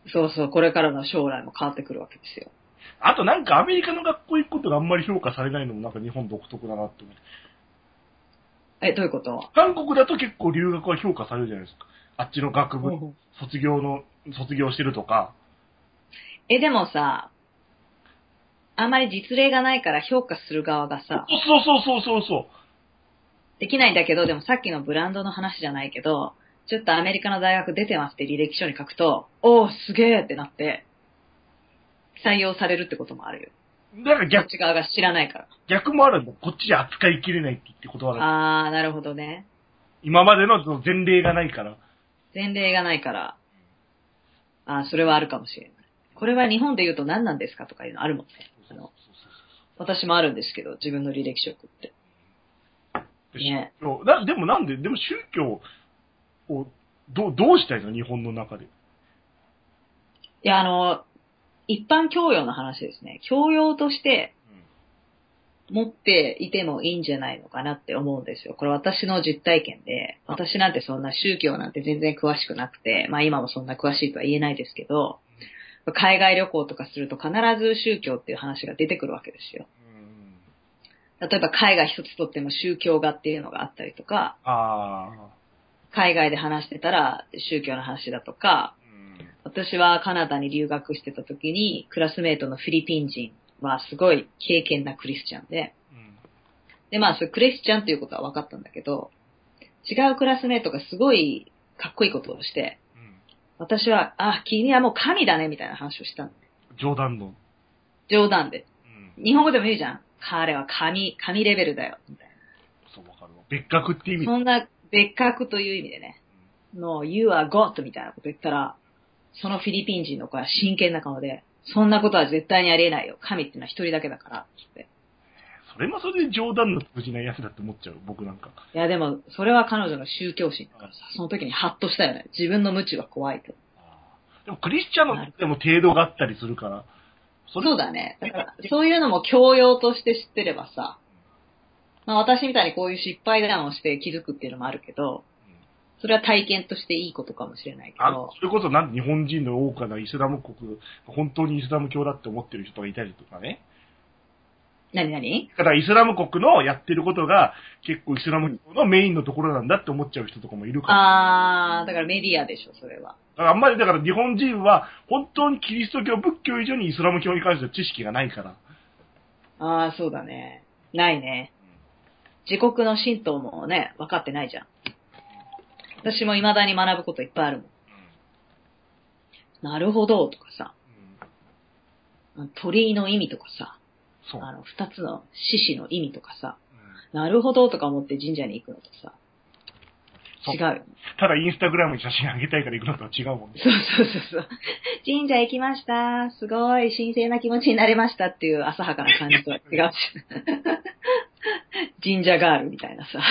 そうそう、これからの将来も変わってくるわけですよ。 あとなんかアメリカの学校行くことがあんまり評価されないのもなんか日本独特だなって思って。 え、どういうこと？ 韓国だと結構留学は評価されるじゃないですか。あっちの学部、卒業の、卒業してるとか。 え、でもさ、あんまり実例がないから評価する側がさ、 そうそうそうそうそう。 できないんだけど、でもさっきのブランドの話じゃないけど、ちょっとアメリカの大学出てますって履歴書に書くと、おー、すげーってなって、採用されるってこともあるよ。 だから逆、 こっち側が知らないから。 逆もあるんだ。こっちじゃ扱いきれないって言ってことはあー、なるほどね。 今までの前例がないから。 前例がないから、あー、それはあるかもしれない。これは日本で言うと何なんですかとかいうのあるもんね。あの、私もあるんですけど、自分の履歴書って。ね。 なでもなんで、でも宗教をどどうしたいの日本の中で。 いや、あの、一般教養の話ですね。教養として持っていてもいいんじゃないのかなって思うんですよ。これ私の実体験で、私なんてそんな宗教なんて全然詳しくなくて、まあ今もそんな詳しいとは言えないですけど、海外旅行とかすると必ず宗教っていう話が出てくるわけですよ。例えば海外一つとっても宗教画っていうのがあったりとか、 あ海外で話してたら宗教の話だとか、私はカナダに留学してた時にクラスメートのフィリピン人はすごい敬虔なクリスチャンで、でまあそれクリスチャンっていうことは分かったんだけど、違うクラスメートがすごいかっこいいことをして、私は、あ、君はもう神だねみたいな話をしたの。 冗談の。 冗談で。日本語でも言うじゃん。彼は神、神レベルだよ。みたいな。 そう、わかるわ。別格って意味。 そんな別格という意味でね。の、You are God みたいなこと言ったら、そのフィリピン人の子は真剣な顔で、そんなことは絶対にありえないよ。神っていうのは一人だけだから、って。 それもそれで冗談の通じないやつだって思っちゃう、僕なんか。 いやでも、それは彼女の宗教心だからさ、その時にハッとしたよね。自分の無知は怖いと。 でもクリスチャンのでも程度があったりするから。 そそうだね。だから、そういうのも教養として知ってればさ、まあ私みたいにこういう失敗談をして気づくっていうのもあるけど、それは体験としていいことかもしれないけど。 あ、それこそなんで日本人の多くがイスラム国、本当にイスラム教だって思ってる人がいたりとかね。 何何？ だからイスラム国のやってることが結構イスラム教のメインのところなんだって思っちゃう人とかもいるから。 あー、だからメディアでしょ、それは。 だからあんまりだから日本人は本当にキリスト教、仏教以上にイスラム教に関しては知識がないから。 あー、そうだね。ないね。自国の神道もね、分かってないじゃん。私も未だに学ぶこといっぱいあるもん。なるほど、とかさ。鳥居の意味とかさ。あの、二つの獅子の意味とかさ。なるほど、とか思って神社に行くのとさ。違うよ。 ただインスタグラムに写真あげたいから行くのとは違うもんね。 そうそうそうそう。神社行きました。すごい神聖な気持ちになれましたっていう浅はかな感じとは違うし。神社ガールみたいなさ。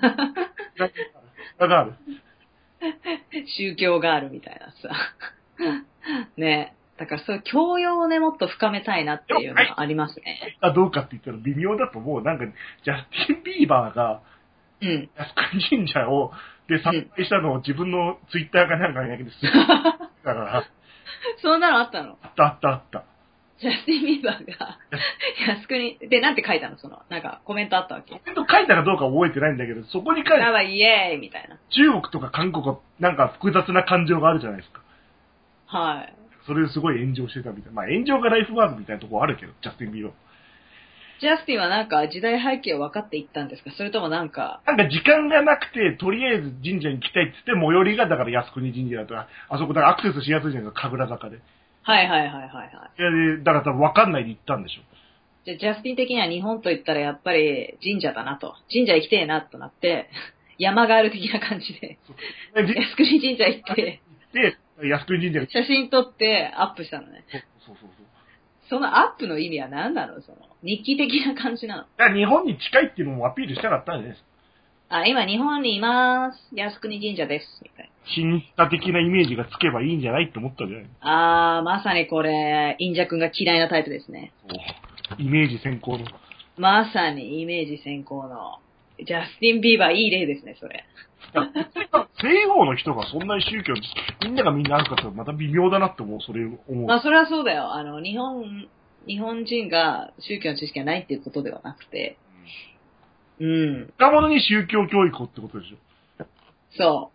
わかる。 宗教ガールみたいなさ。ねえ。だからそういう教養をね、もっと深めたいなっていうのがありますね。 あ、どうかって言ったら微妙だと思う。なんか、ジャスティン・ビーバーが、 うん。 靖国神社を、で、参拝したのを自分のツイッターかなんかにだけです。だから、 そんなのあったの？ あったあったあった。 ジャスティン・ビーバーが、靖国、で、なんて書いたの？その、なんかコメントあったわけ？ コメント書いたかどうか覚えてないんだけど、そこに書いて、 あ、イエーイみたいな。 中国とか韓国はなんか複雑な感情があるじゃないですか。 はい。 それですごい炎上してたみたいな。まあ炎上がライフワークみたいなところあるけど、ジャスティン・ビーバー。 ジャスティンはなんか時代背景を分かっていったんですか？それともなんか。 なんか時間がなくて、とりあえず神社に行きたいって言って、最寄りがだから靖国神社だとか、あそこだからアクセスしやすいじゃないですか、神楽坂で。 はいはいはいはいはい。 いやで、だから多分分かんないで行ったんでしょ。 じゃあジャスティン的には日本と言ったらやっぱり神社だなと。神社行きてえなとなって、山ガール的な感じで、靖国神社行って、 で、靖国神社写真撮ってアップしたのね。 そうそうそうそう。 そのアップの意味は何なの？その、日記的な感じなの？ だから日本に近いっていうのもアピールしたかったんじゃないですか。 あ、今日本にいます。靖国神社です。みたいな。 新化的なイメージがつけばいいんじゃないって思ったんじゃないの？ あー、まさにこれ、インジャ君が嫌いなタイプですね。 そう。イメージ先行の。 まさにイメージ先行の。 ジャスティン・ビーバーいい例ですね、それ。 西方の人がそんなに宗教、みんながみんなあるかってまた微妙だなって思う、それ思う。 まあ、それはそうだよ。あの、日本、日本人が宗教の知識がないっていうことではなくて、うん。 若者に宗教教育をってことでしょ。 そう。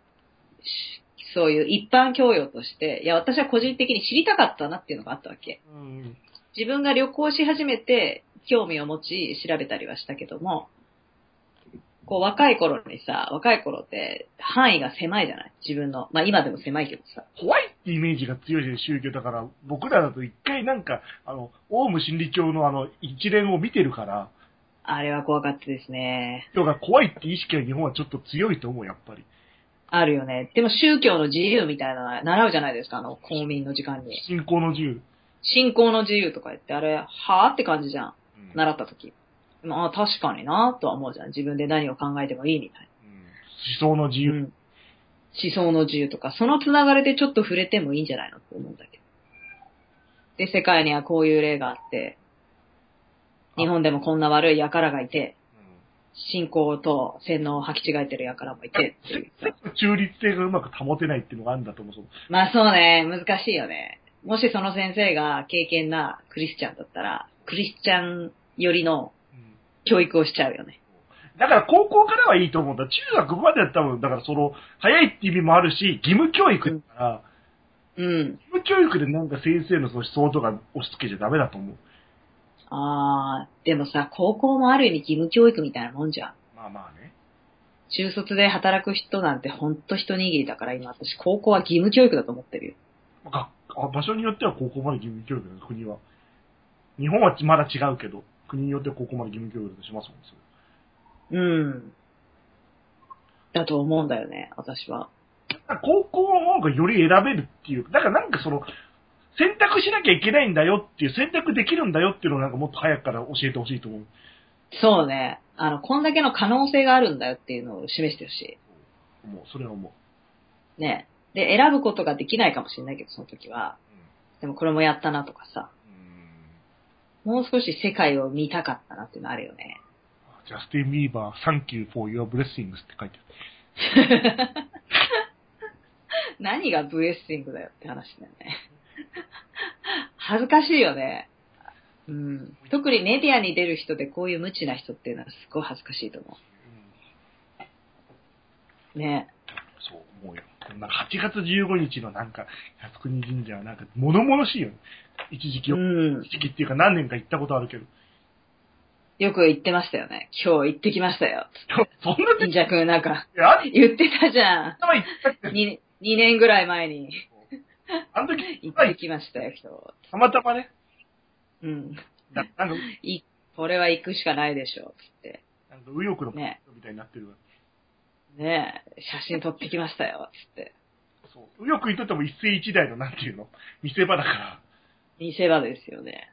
そういう一般教養として、いや、私は個人的に知りたかったなっていうのがあったわけ。 うん、 自分が旅行し始めて、興味を持ち、調べたりはしたけども、こう若い頃にさ、若い頃って範囲が狭いじゃない自分の。まあ今でも狭いけどさ。 怖いってイメージが強いじゃん、宗教だから、僕らだと一回なんか、あの、オウム真理教のあの、一連を見てるから、 あれは怖かったですね。 人が怖いって意識は日本はちょっと強いと思う、やっぱり。 あるよね。でも宗教の自由みたいなの習うじゃないですか、あの、公民の時間に。 信仰の自由。 信仰の自由とか言って、あれ、はぁって感じじゃん。 うん、 習った時。まあ確かになとは思うじゃん。自分で何を考えてもいいみたいな。 うん、思想の自由、 うん。思想の自由とか、そのつながりでちょっと触れてもいいんじゃないのって思うんだけど。で、世界にはこういう例があって、日本でもこんな悪い輩がいて、信仰と洗脳を履き違えてる輩もいてっていうさ。 中立性がうまく保てないっていうのがあるんだと思う。 まあそうね、難しいよね。もしその先生が敬虔なクリスチャンだったら、クリスチャン寄りの教育をしちゃうよね。 だから高校からはいいと思うんだ。中学までは多分、だからその、早いって意味もあるし、義務教育だから、 うん。 義務教育でなんか先生のその思想とか押し付けちゃダメだと思う。 あー、でもさ、高校もある意味義務教育みたいなもんじゃん。 まあまあね。 中卒で働く人なんてほんと一握りだから今私高校は義務教育だと思ってるよ。 あ場所によっては高校まで義務教育だよ、国は。日本はまだ違うけど、国によっては高校まで義務教育だとしますもん、それ。 うん。だと思うんだよね、私は。 高校の方がより選べるっていう。だからなんかその、選択しなきゃいけないんだよっていう、選択できるんだよっていうのをなんかもっと早くから教えてほしいと思う。 そうね。あの、こんだけの可能性があるんだよっていうのを示してほしい。 思う、それは思う。ね。で、選ぶことができないかもしれないけど、その時は。うん、でもこれもやったなとかさ。うん、もう少し世界を見たかったなっていうのあるよね。 ジャスティン・ビーバー、Thank you for your blessings って書いてある。 何がブレッシングだよって話だよね。恥ずかしいよね。うん。特にメディアに出る人でこういう無知な人っていうのはすごい恥ずかしいと思う。ね。 そう思うよ。なんかはちがつじゅうごにちのなんか、靖国神社はなんか物々しいよね。一時期、うん、一時期っていうか何年か行ったことあるけど。 よく言ってましたよね。今日行ってきましたよ。 そんな忍者くんなんか、言ってたじゃん。に、にねんぐらい前に。 あの時、 行ってきましたよ、今日。 たまたまね。 うん。 ななんかい、これは行くしかないでしょ、つって。 なんか右翼のねみたいになってるわ。 ねえ、写真撮ってきましたよ、つって。 そう。右翼にとっても一世一代のなんていうの見せ場だから。 見せ場ですよね。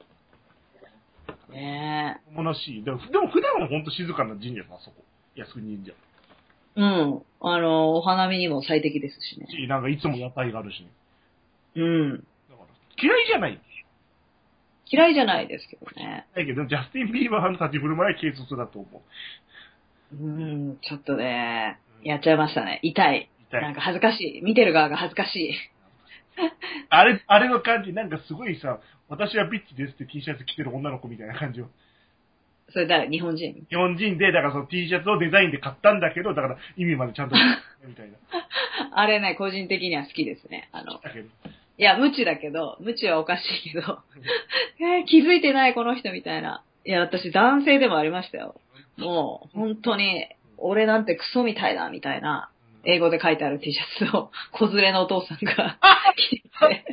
ねえ。物しい。でも、でも普段はほんと静かな神社な、そこ。靖国神社。 うん。あの、お花見にも最適ですしね。 し、なんかいつも屋台があるしね。 うん。 だから、嫌いじゃない。 嫌いじゃないですけどね。 だけど、ジャスティン・ビーバーの立ち振る舞いは軽率だと思う。うん、ちょっとね、やっちゃいましたね。痛い。 痛い。 なんか恥ずかしい。見てる側が恥ずかしい。 あれ、あれの感じ、なんかすごいさ、私はビッチですって T シャツ着てる女の子みたいな感じを。 それ誰？日本人？ 日本人で、だからその T シャツをデザインで買ったんだけど、だから意味までちゃんと、みたいな。 あれね、個人的には好きですね。あの、 だけどいや、無知だけど、無知はおかしいけど、えー、気づいてないこの人みたいな。いや、私男性でもありましたよ。もう、本当に、俺なんてクソみたいだ、みたいな、英語で書いてある T シャツを、子連れのお父さんが着てて、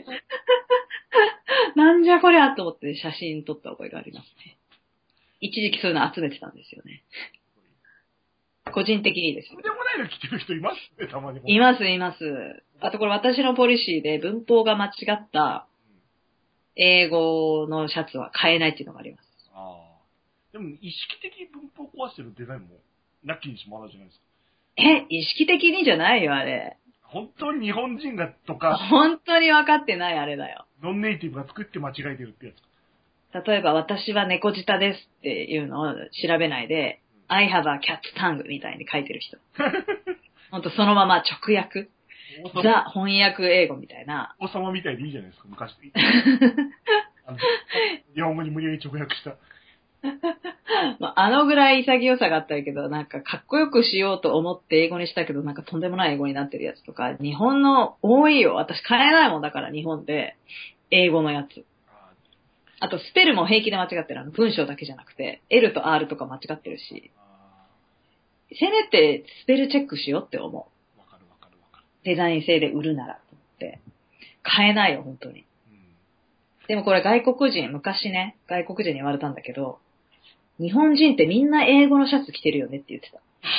なんじゃこりゃと思って写真撮った覚えがありますね。一時期そういうの集めてたんですよね。個人的にですよ。 とんでもないの着てる人いますね、たまに。 います、います。あとこれ私のポリシーで文法が間違った英語のシャツは買えないっていうのがあります。 ああ。でも意識的に文法を壊してるデザインも、ラッキーにしてもらうじゃないですか。 え、意識的にじゃないよ、あれ。 本当に日本人がとか、 本当に分かってないあれだよ。 ノンネイティブが作って間違えてるってやつ。 例えば、私は猫舌ですっていうのを調べないで、 I have a cat tongue みたいに書いてる人。ほんとそのまま直訳。ザ翻訳英語みたいな。 王様みたいでいいじゃないですか、昔。あの日本語に無理やり直訳した。 まあ、あのぐらい潔さがあったけど、なんかかっこよくしようと思って英語にしたけど、なんかとんでもない英語になってるやつとか、日本の多いよ。私買えないもんだから、日本で。英語のやつ。あと、スペルも平気で間違ってる。あの、文章だけじゃなくて、L と R とか間違ってるし。せめてスペルチェックしようって思う。 わかるわかるわかる。 デザイン性で売るならと思って。買えないよ、本当に。うん、でもこれ外国人、昔ね、外国人に言われたんだけど、日本人ってみんな英語のシャツ着てるよねって言ってた。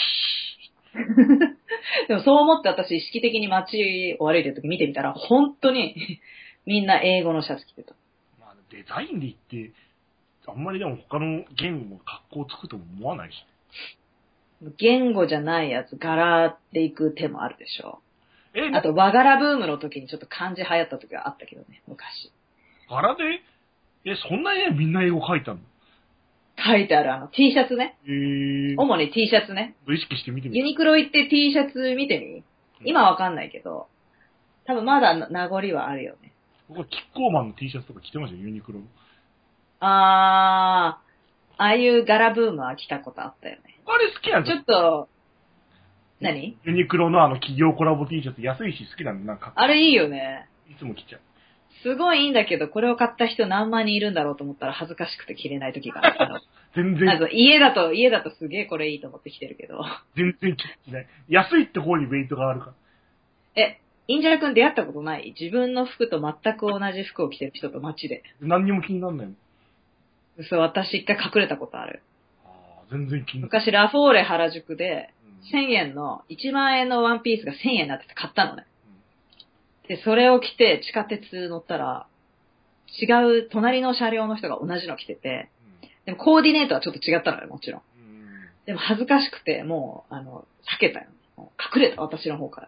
でもそう思って私意識的に街を歩いてる時見てみたら、本当にみんな英語のシャツ着てた。 まあ、デザインで言って、あんまりでも他の言語の格好つくとも思わないし。 言語じゃないやつ、柄で行く手もあるでしょ。 え、 あと和柄ブームの時にちょっと漢字流行った時があったけどね、昔。 柄でえ、そんなにみんな英語書いたの？ 書いてあるあの T シャツね。 えー、 主に T シャツね。 意識して見てみて。 ユニクロ行って T シャツ見てみ？今わかんないけど、多分まだ名残はあるよね。 僕はキッコーマンの T シャツとか着てましたよ、ユニクロの。 あー、ああいう柄ブームは着たことあったよね。 あれ好きなんだ。 ちょっと、何？ ユニクロのあの企業コラボ T シャツ安いし好きなんだ、なんか。 あれいいよね。 いつも着ちゃう。 すごいいいんだけど、これを買った人何万人いるんだろうと思ったら恥ずかしくて着れない時がある。 全然。 あと家だと、家だとすげえこれいいと思って着てるけど。 全然着ない。安いって方にウェイトがあるから。 え、インジャラ君出会ったことない？自分の服と全く同じ服を着てる人と街で。 何にも気にならないの。 嘘、私一回隠れたことある。 ああ、全然気にならない。 昔ラフォーレ原宿で、せんえんの、いちまん円のワンピースがせんえんになってて買ったのね。で、それを着て地下鉄乗ったら、違う隣の車両の人が同じの着てて、でもコーディネートはちょっと違ったのよ、もちろん。でも恥ずかしくて、もう、あの、避けたよ。隠れた、私の方から。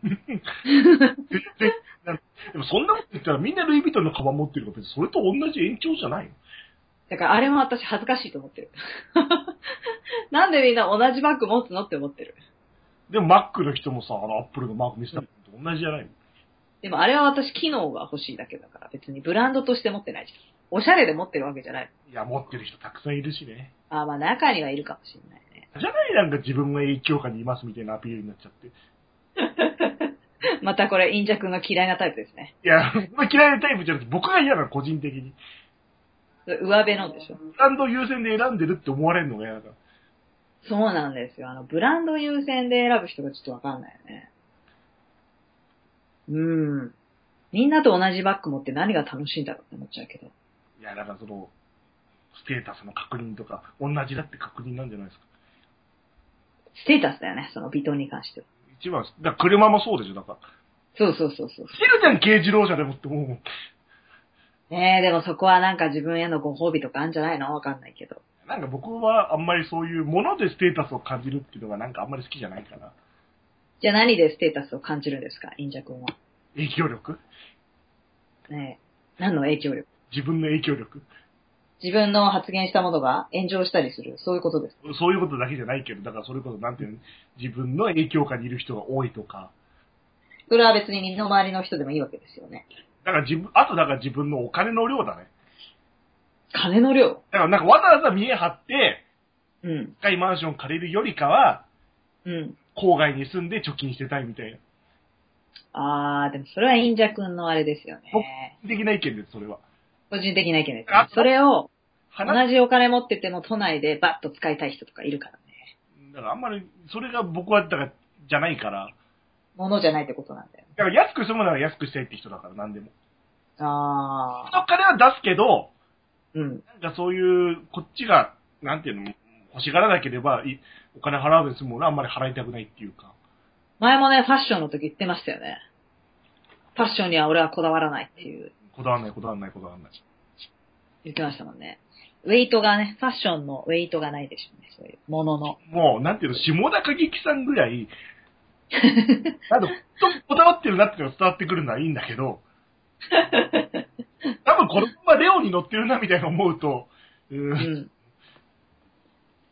でもそんなこと言ったらみんなルイ・ヴィトンのカバン持ってるから別にそれと同じ延長じゃないの？ だからあれも私恥ずかしいと思ってる。なんでみんな同じバッグ持つのって思ってる。 でもマックの人もさ、あのアップルのマーク見せたのと同じじゃないの？ でもあれは私機能が欲しいだけだから別にブランドとして持ってないじゃん。おしゃれで持ってるわけじゃない。 いや、持ってる人たくさんいるしね。 ああ、まあ中にはいるかもしれないね。 じゃないなんか自分が影響下にいますみたいなアピールになっちゃって。 またこれ、インジャ君の嫌いなタイプですね。 いや、嫌いなタイプじゃなくて僕が嫌なの、個人的に。 上辺のでしょ。 ブランド優先で選んでるって思われるのが嫌だから。 そうなんですよ。あの、ブランド優先で選ぶ人がちょっとわかんないよね。うん。みんなと同じバッグ持って何が楽しいんだろうって思っちゃうけど。 いや、だからその、ステータスの確認とか、同じだって確認なんじゃないですか。 ステータスだよね、そのビトンに関しては。 一番、だから車もそうでしょ、だから。 そうそうそうそう。 好きるじゃん、軽自動車でもって思うもん。 ねえ、でもそこはなんか自分へのご褒美とかあるんじゃないの？わかんないけど。 なんか僕はあんまりそういうものでステータスを感じるっていうのがなんかあんまり好きじゃないかな。 じゃあ何でステータスを感じるんですか、インジャ君は。 影響力？ ねえ。何の影響力？ 自分の影響力。 自分の発言したものが炎上したりする。そういうことです。 そういうことだけじゃないけど、だからそれこそなんていうの、自分の影響下にいる人が多いとか。 それは別に身の回りの人でもいいわけですよね。 だから自分、あとだから自分のお金の量だね。 金の量？ だからなんかわざわざ見え張って、 うん。 高いマンション借りるよりかは、 うん。 郊外に住んで貯金してたいみたいな。 あー、でもそれはインジャ君のあれですよね。 個人的な意見です、それは。 個人的な意見ですね。それを、同じお金持ってても都内でバッと使いたい人とかいるからね。 だからあんまり、それが僕は、だから、じゃないから。 ものじゃないってことなんだよ。 だから安く済むなら安くしたいって人だから、なんでも。 あその金は出すけど、 ー。うん。 なんかそういう、こっちが、なんていうの、欲しがらなければ、いお金払うで済むのはあんまり払いたくないっていうか。 前もね、ファッションの時言ってましたよね。ファッションには俺はこだわらないっていう。 こだわらない、こだわらない、こだわらない。 言ってましたもんね。ウェイトがね、ファッションのウェイトがないでしょうね、そういうものの。 もう、なんていうの、下田景樹さんぐらい、なんか、こだわってるなっていうのが伝わってくるのはいいんだけど、多分このままレオに乗ってるなみたいな思うと、うーん、 うん。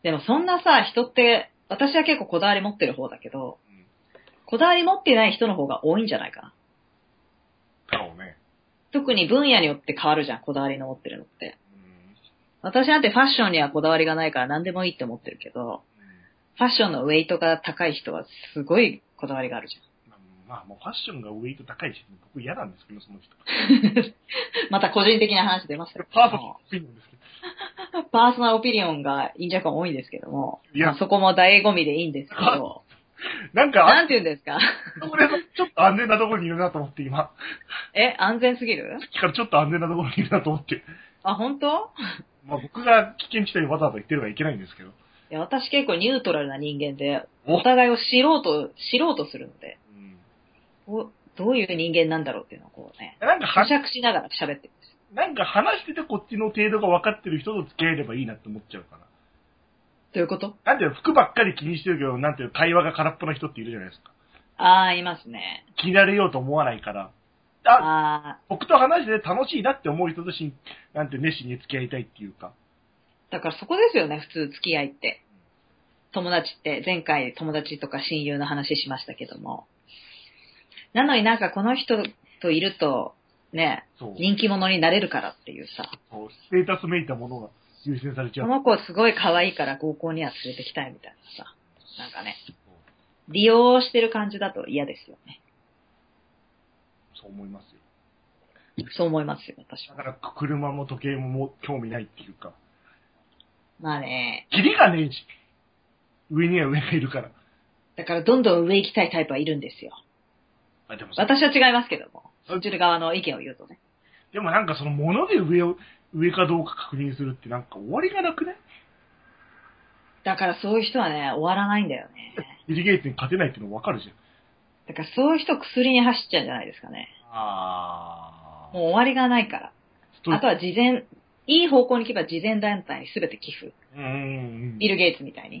でもそんなさ、人って、私は結構こだわり持ってる方だけど、うん、こだわり持ってない人の方が多いんじゃないかな。 だろうね。 特に分野によって変わるじゃん、こだわりの持ってるのって。うん、私なんてファッションにはこだわりがないから何でもいいって思ってるけど、うん、ファッションのウェイトが高い人はすごいこだわりがあるじゃん。 まあ、もうファッションがウェイト高いし、僕嫌なんですけど、その人。 また個人的な話出ましたよ。 パーソナルオピニオンですけど。パーソナルオピニオンがいいんじゃか多いんですけども、 いや、 まあ、そこも醍醐味でいいんですけど、 なんか、 なんて言うんですか俺ちょっと安全なところにいるなと思って今。 え、安全すぎる？ さっきからちょっと安全なところにいるなと思って。 あ、本当？ まあ僕が危険地帯にわざわざ言ってるのはいけないんですけど。 いや、私結構ニュートラルな人間で、お互いを知ろうと、知ろうとするので、うん、おどういう人間なんだろうっていうのをこうね、 なんか咀嚼しながら喋ってるんです。 なんか話しててこっちの程度が分かってる人と付き合えればいいなって思っちゃうかな。 どういうこと？ なんていうの、服ばっかり気にしてるけど、なんていうの、会話が空っぽな人っているじゃないですか。 ああ、いますね。 気になれようと思わないから。 ああ。 僕と話して楽しいなって思う人とし、なんて熱心に付き合いたいっていうか。 だからそこですよね、普通付き合いって。友達って、前回友達とか親友の話しましたけども。なのになんかこの人といると、ね、人気者になれるからっていうさ。 そう、ステータスめいたものが優先されちゃう。 この子すごい可愛いから合コンには連れてきたいみたいなさ。なんかね、利用してる感じだと嫌ですよね。 そう思いますよ。 そう思いますよ、私は。 だから車も時計ももう興味ないっていうか。 まあね。 キリがねえし。上には上がいるから。 だからどんどん上行きたいタイプはいるんですよ。 あ、でも私は違いますけども。そっち側の意見を言うとね。 でもなんかその物で上を、上かどうか確認するってなんか終わりがなくね？ だからそういう人はね、終わらないんだよね。 ビル・ゲイツに勝てないっていうの分かるじゃん。 だからそういう人薬に走っちゃうんじゃないですかね。 あもう終わりがないから。あとは事前、いい方向に行けば事前団体に全て寄付。 うん。 ビル・ゲイツみたいに。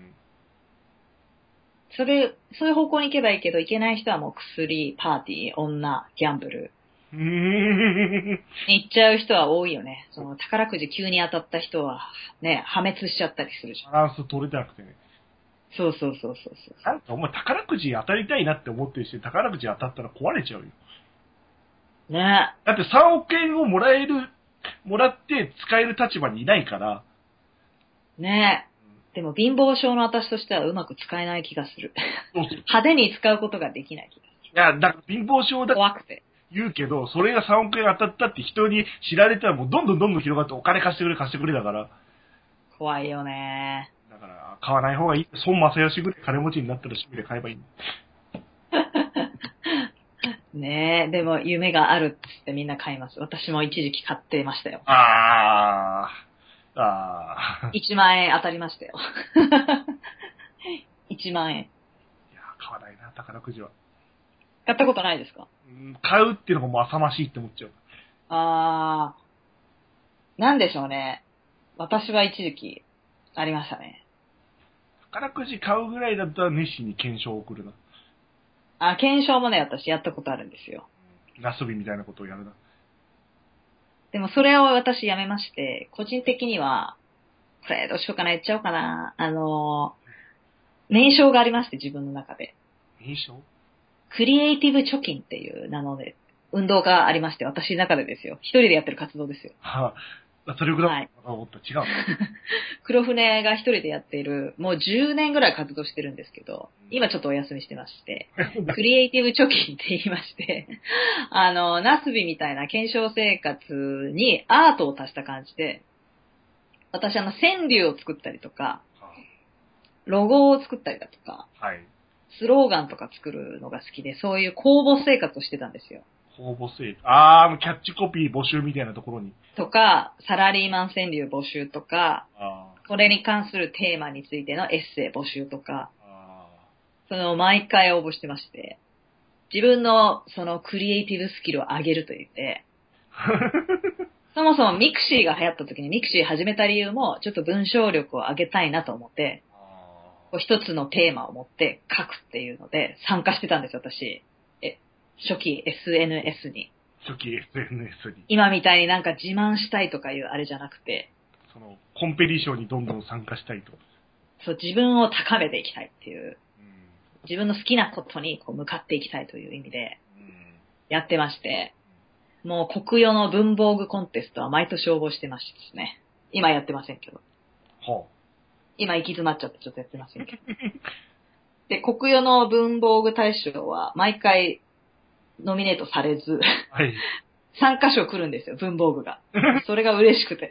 それ、そういう方向に行けばいいけど、行けない人はもう薬、パーティー、女、ギャンブル。 うーん。 行っちゃう人は多いよね。その宝くじ急に当たった人は、ね、破滅しちゃったりするじゃん。 バランス取れてなくてね。 そうそうそうそうそう。 なんかお前宝くじ当たりたいなって思ってるし、宝くじ当たったら壊れちゃうよ。 ね。 だってさんおくえんをもらえる、もらって使える立場にいないから。 ねえ。でも貧乏症の私としてはうまく使えない気がする。派手に使うことができない気がする。 いや、だから貧乏症だ怖くて。 言うけど、それがさんおくえん当たったって人に知られたらもうどんどんどんどん広がってお金貸してくれ貸してくれだから。 怖いよね。 だから、買わない方がいい。孫正義ぐらい金持ちになったら趣味で買えばいい。 ねえ、でも夢があるっつってみんな買います。私も一時期買ってましたよ。 あー。あー。 いちまん円当たりましたよ。いちまんえん。いや、買わないな、宝くじは。 買ったことないですか？ うん、買うっていうのがもう浅ましいって思っちゃう。 あー、なんでしょうね。私は一時期ありましたね。 宝くじ買うぐらいだったら熱心に検証を送るな。 あ、検証もね、私やったことあるんですよ。 ナスビみたいなことをやるな。 でもそれを私やめまして、個人的には、これどうしようかな、言っちゃおうかな。あの、名称がありまして、自分の中で。 名称？ クリエイティブ貯金っていう名ので、運動がありまして、私の中でですよ。一人でやってる活動ですよ。 はあ、それぐらいだと思った。違う。 黒船が一人でやっている、もうじゅうねんぐらい活動してるんですけど、今ちょっとお休みしてまして、クリエイティブ貯金って言いまして、あの、ナスビみたいな検証生活にアートを足した感じで、私あの、川柳を作ったりとか、ロゴを作ったりだとか、 はい。 スローガンとか作るのが好きで、そういう公募生活をしてたんですよ。 公募制。あー、キャッチコピー募集みたいなところに。 とか、サラリーマン川柳募集とか、 あそれに関するテーマについてのエッセイ募集とか、 あその毎回応募してまして、自分のそのクリエイティブスキルを上げると言って、そもそもミクシーが流行った時にミクシー始めた理由も、ちょっと文章力を上げたいなと思って、こう一つのテーマを持って書くっていうので参加してたんです、私。え、初期 エスエヌエス に。 初期 エスエヌエス に。 今みたいになんか自慢したいとかいうあれじゃなくて、 その、コンペティションにどんどん参加したいと。 そう、自分を高めていきたいっていう、 うん、 自分の好きなことにこう向かっていきたいという意味で、やってまして、もう国語の文房具コンテストは毎年応募してましてですね。今やってませんけど。 はあ、 今行き詰まっちゃってちょっとやってませんけど。で、国語の文房具大賞は毎回ノミネートされず、 はい。 さんかしょ来るんですよ、文房具が。それが嬉しくて。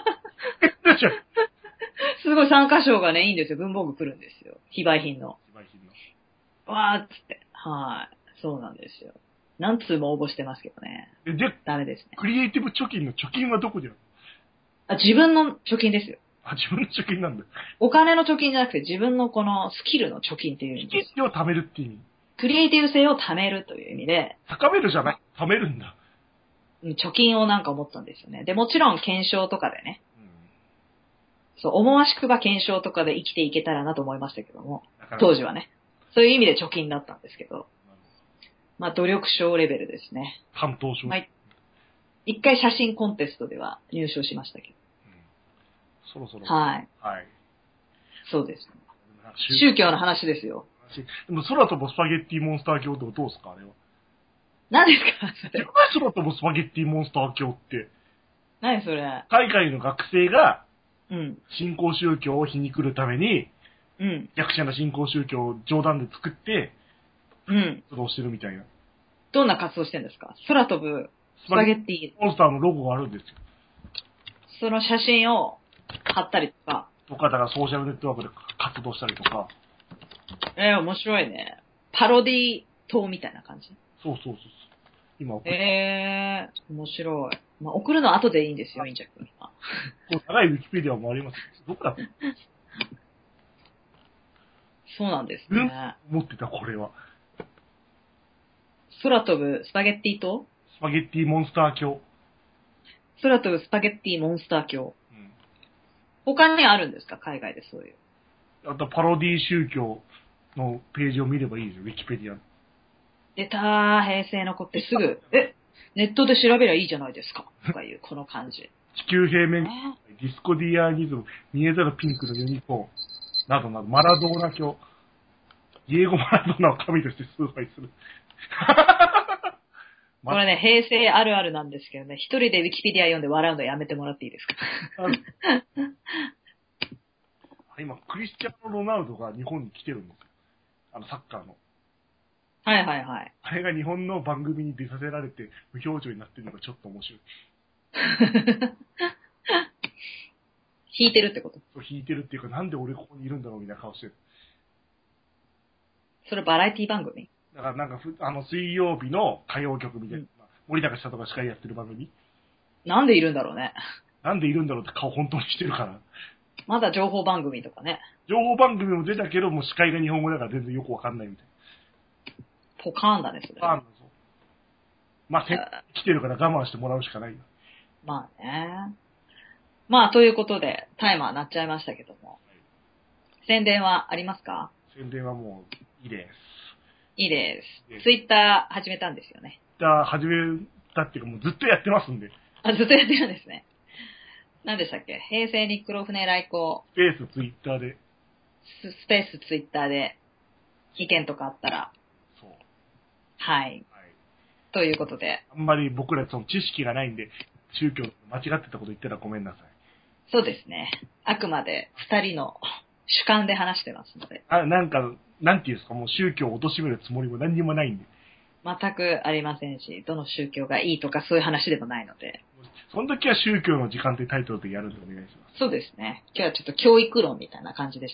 すごいさんかしょがね、いいんですよ。文房具来るんですよ。非売品の。 非売品の。 わーっつって。はい。そうなんですよ。何通も応募してますけどね。 で、でダメですね。 クリエイティブ貯金の貯金はどこであるあ、自分の貯金ですよ。 あ、自分の貯金なんだ。 お金の貯金じゃなくて自分のこのスキルの貯金っていうんですよ。 を貯めるって意味。 クリエイティブ性を貯めるという意味で。 高めるじゃない、貯めるんだ。 貯金をなんか思ったんですよね。で、もちろん検証とかでね。 うん、 そう、思わしくば検証とかで生きていけたらなと思いましたけども。当時はね。そういう意味で貯金だったんですけど。まあ、努力賞レベルですね。 担当賞。 まあ、一回写真コンテストでは入賞しましたけど。 うん、そろそろ。 はい。 はい。 そうです。宗教の話ですよ。 でも空飛ぶスパゲッティモンスター教ってどうですかあれは。 何ですかそれ。 空飛ぶスパゲッティモンスター教って。 何それ。 海外の学生が、 うん。 新興宗教を皮肉るために、 うん。 逆者な新興宗教を冗談で作って、 うん。 活動してるみたいな。 どんな活動してるんですか？空飛ぶスパゲッティ。 モンスターのロゴがあるんですよ。 その写真を貼ったりとか。 とか、だからソーシャルネットワークで活動したりとか。 えー、面白いね。パロディ島みたいな感じ。 そうそうそうそう。今送る。えー、面白い。まあ、送るのは後でいいんですよ、インジャ君は。 長いウィキペディアもあります。どこだそうなんですね。 うん、持ってた、これは。 空飛ぶスパゲッティ島？ スパゲッティモンスター教。 空飛ぶスパゲッティモンスター教。うん、他にあるんですか？海外でそういう。 あと、パロディ宗教のページを見ればいいですよ、ウィキペディア。 出たー、平成の子ってすぐ、え、ネットで調べりゃいいじゃないですか。とかいう、この感じ。 地球平面、ディスコディアニズム、見えざるピンクのユニコーン、などなど、マラドーナ教、イエゴ・マラドーナを神として崇拝する。 これね、平成あるあるなんですけどね、一人でウィキペディア読んで笑うのやめてもらっていいですか？ 今、クリスチャンノ・ロナウドが日本に来てるんですよ。あの、サッカーの。 はいはいはい。 あれが日本の番組に出させられて無表情になってるのがちょっと面白い。 弾いてるってこと？ そう、弾いてるっていうか、なんで俺ここにいるんだろうみたいな顔してる。 それバラエティ番組？ だからなんかふ、あの、水曜日の歌謡曲みたいな、うん、森高千里が司会やってる番組。 なんでいるんだろうね。 なんでいるんだろうって顔本当にしてるから。 まだ情報番組とかね。 情報番組も出たけど、もう司会が日本語だから全然よくわかんないみたいな。 ポカーンだね、それ。 ポカーンだぞ。まあ、せ来てるから我慢してもらうしかないよ。 まあね。まあ、ということで、タイマー鳴っちゃいましたけども。はい、宣伝はありますか？ 宣伝はもういいです。 いいです。ツイッター始めたんですよね。 ツイッター始めたっていうかもうずっとやってますんで。 あ、ずっとやってるんですね。何でしたっけ？平成に黒船来航。 スペースツイッターで。 スペースツイッターで意見とかあったら。 そう。 はい。はい、ということで。 あんまり僕らその知識がないんで、宗教間違ってたこと言ったらごめんなさい。 そうですね。あくまで二人の主観で話してますので。 あ、なんか、なんていうんですか、もう宗教を貶めるつもりも何にもないんで。 全くありませんし、どの宗教がいいとかそういう話でもないので。 その時は宗教の時間というタイトルでやるんでお願いします。 そうですね。今日はちょっと教育論みたいな感じでした。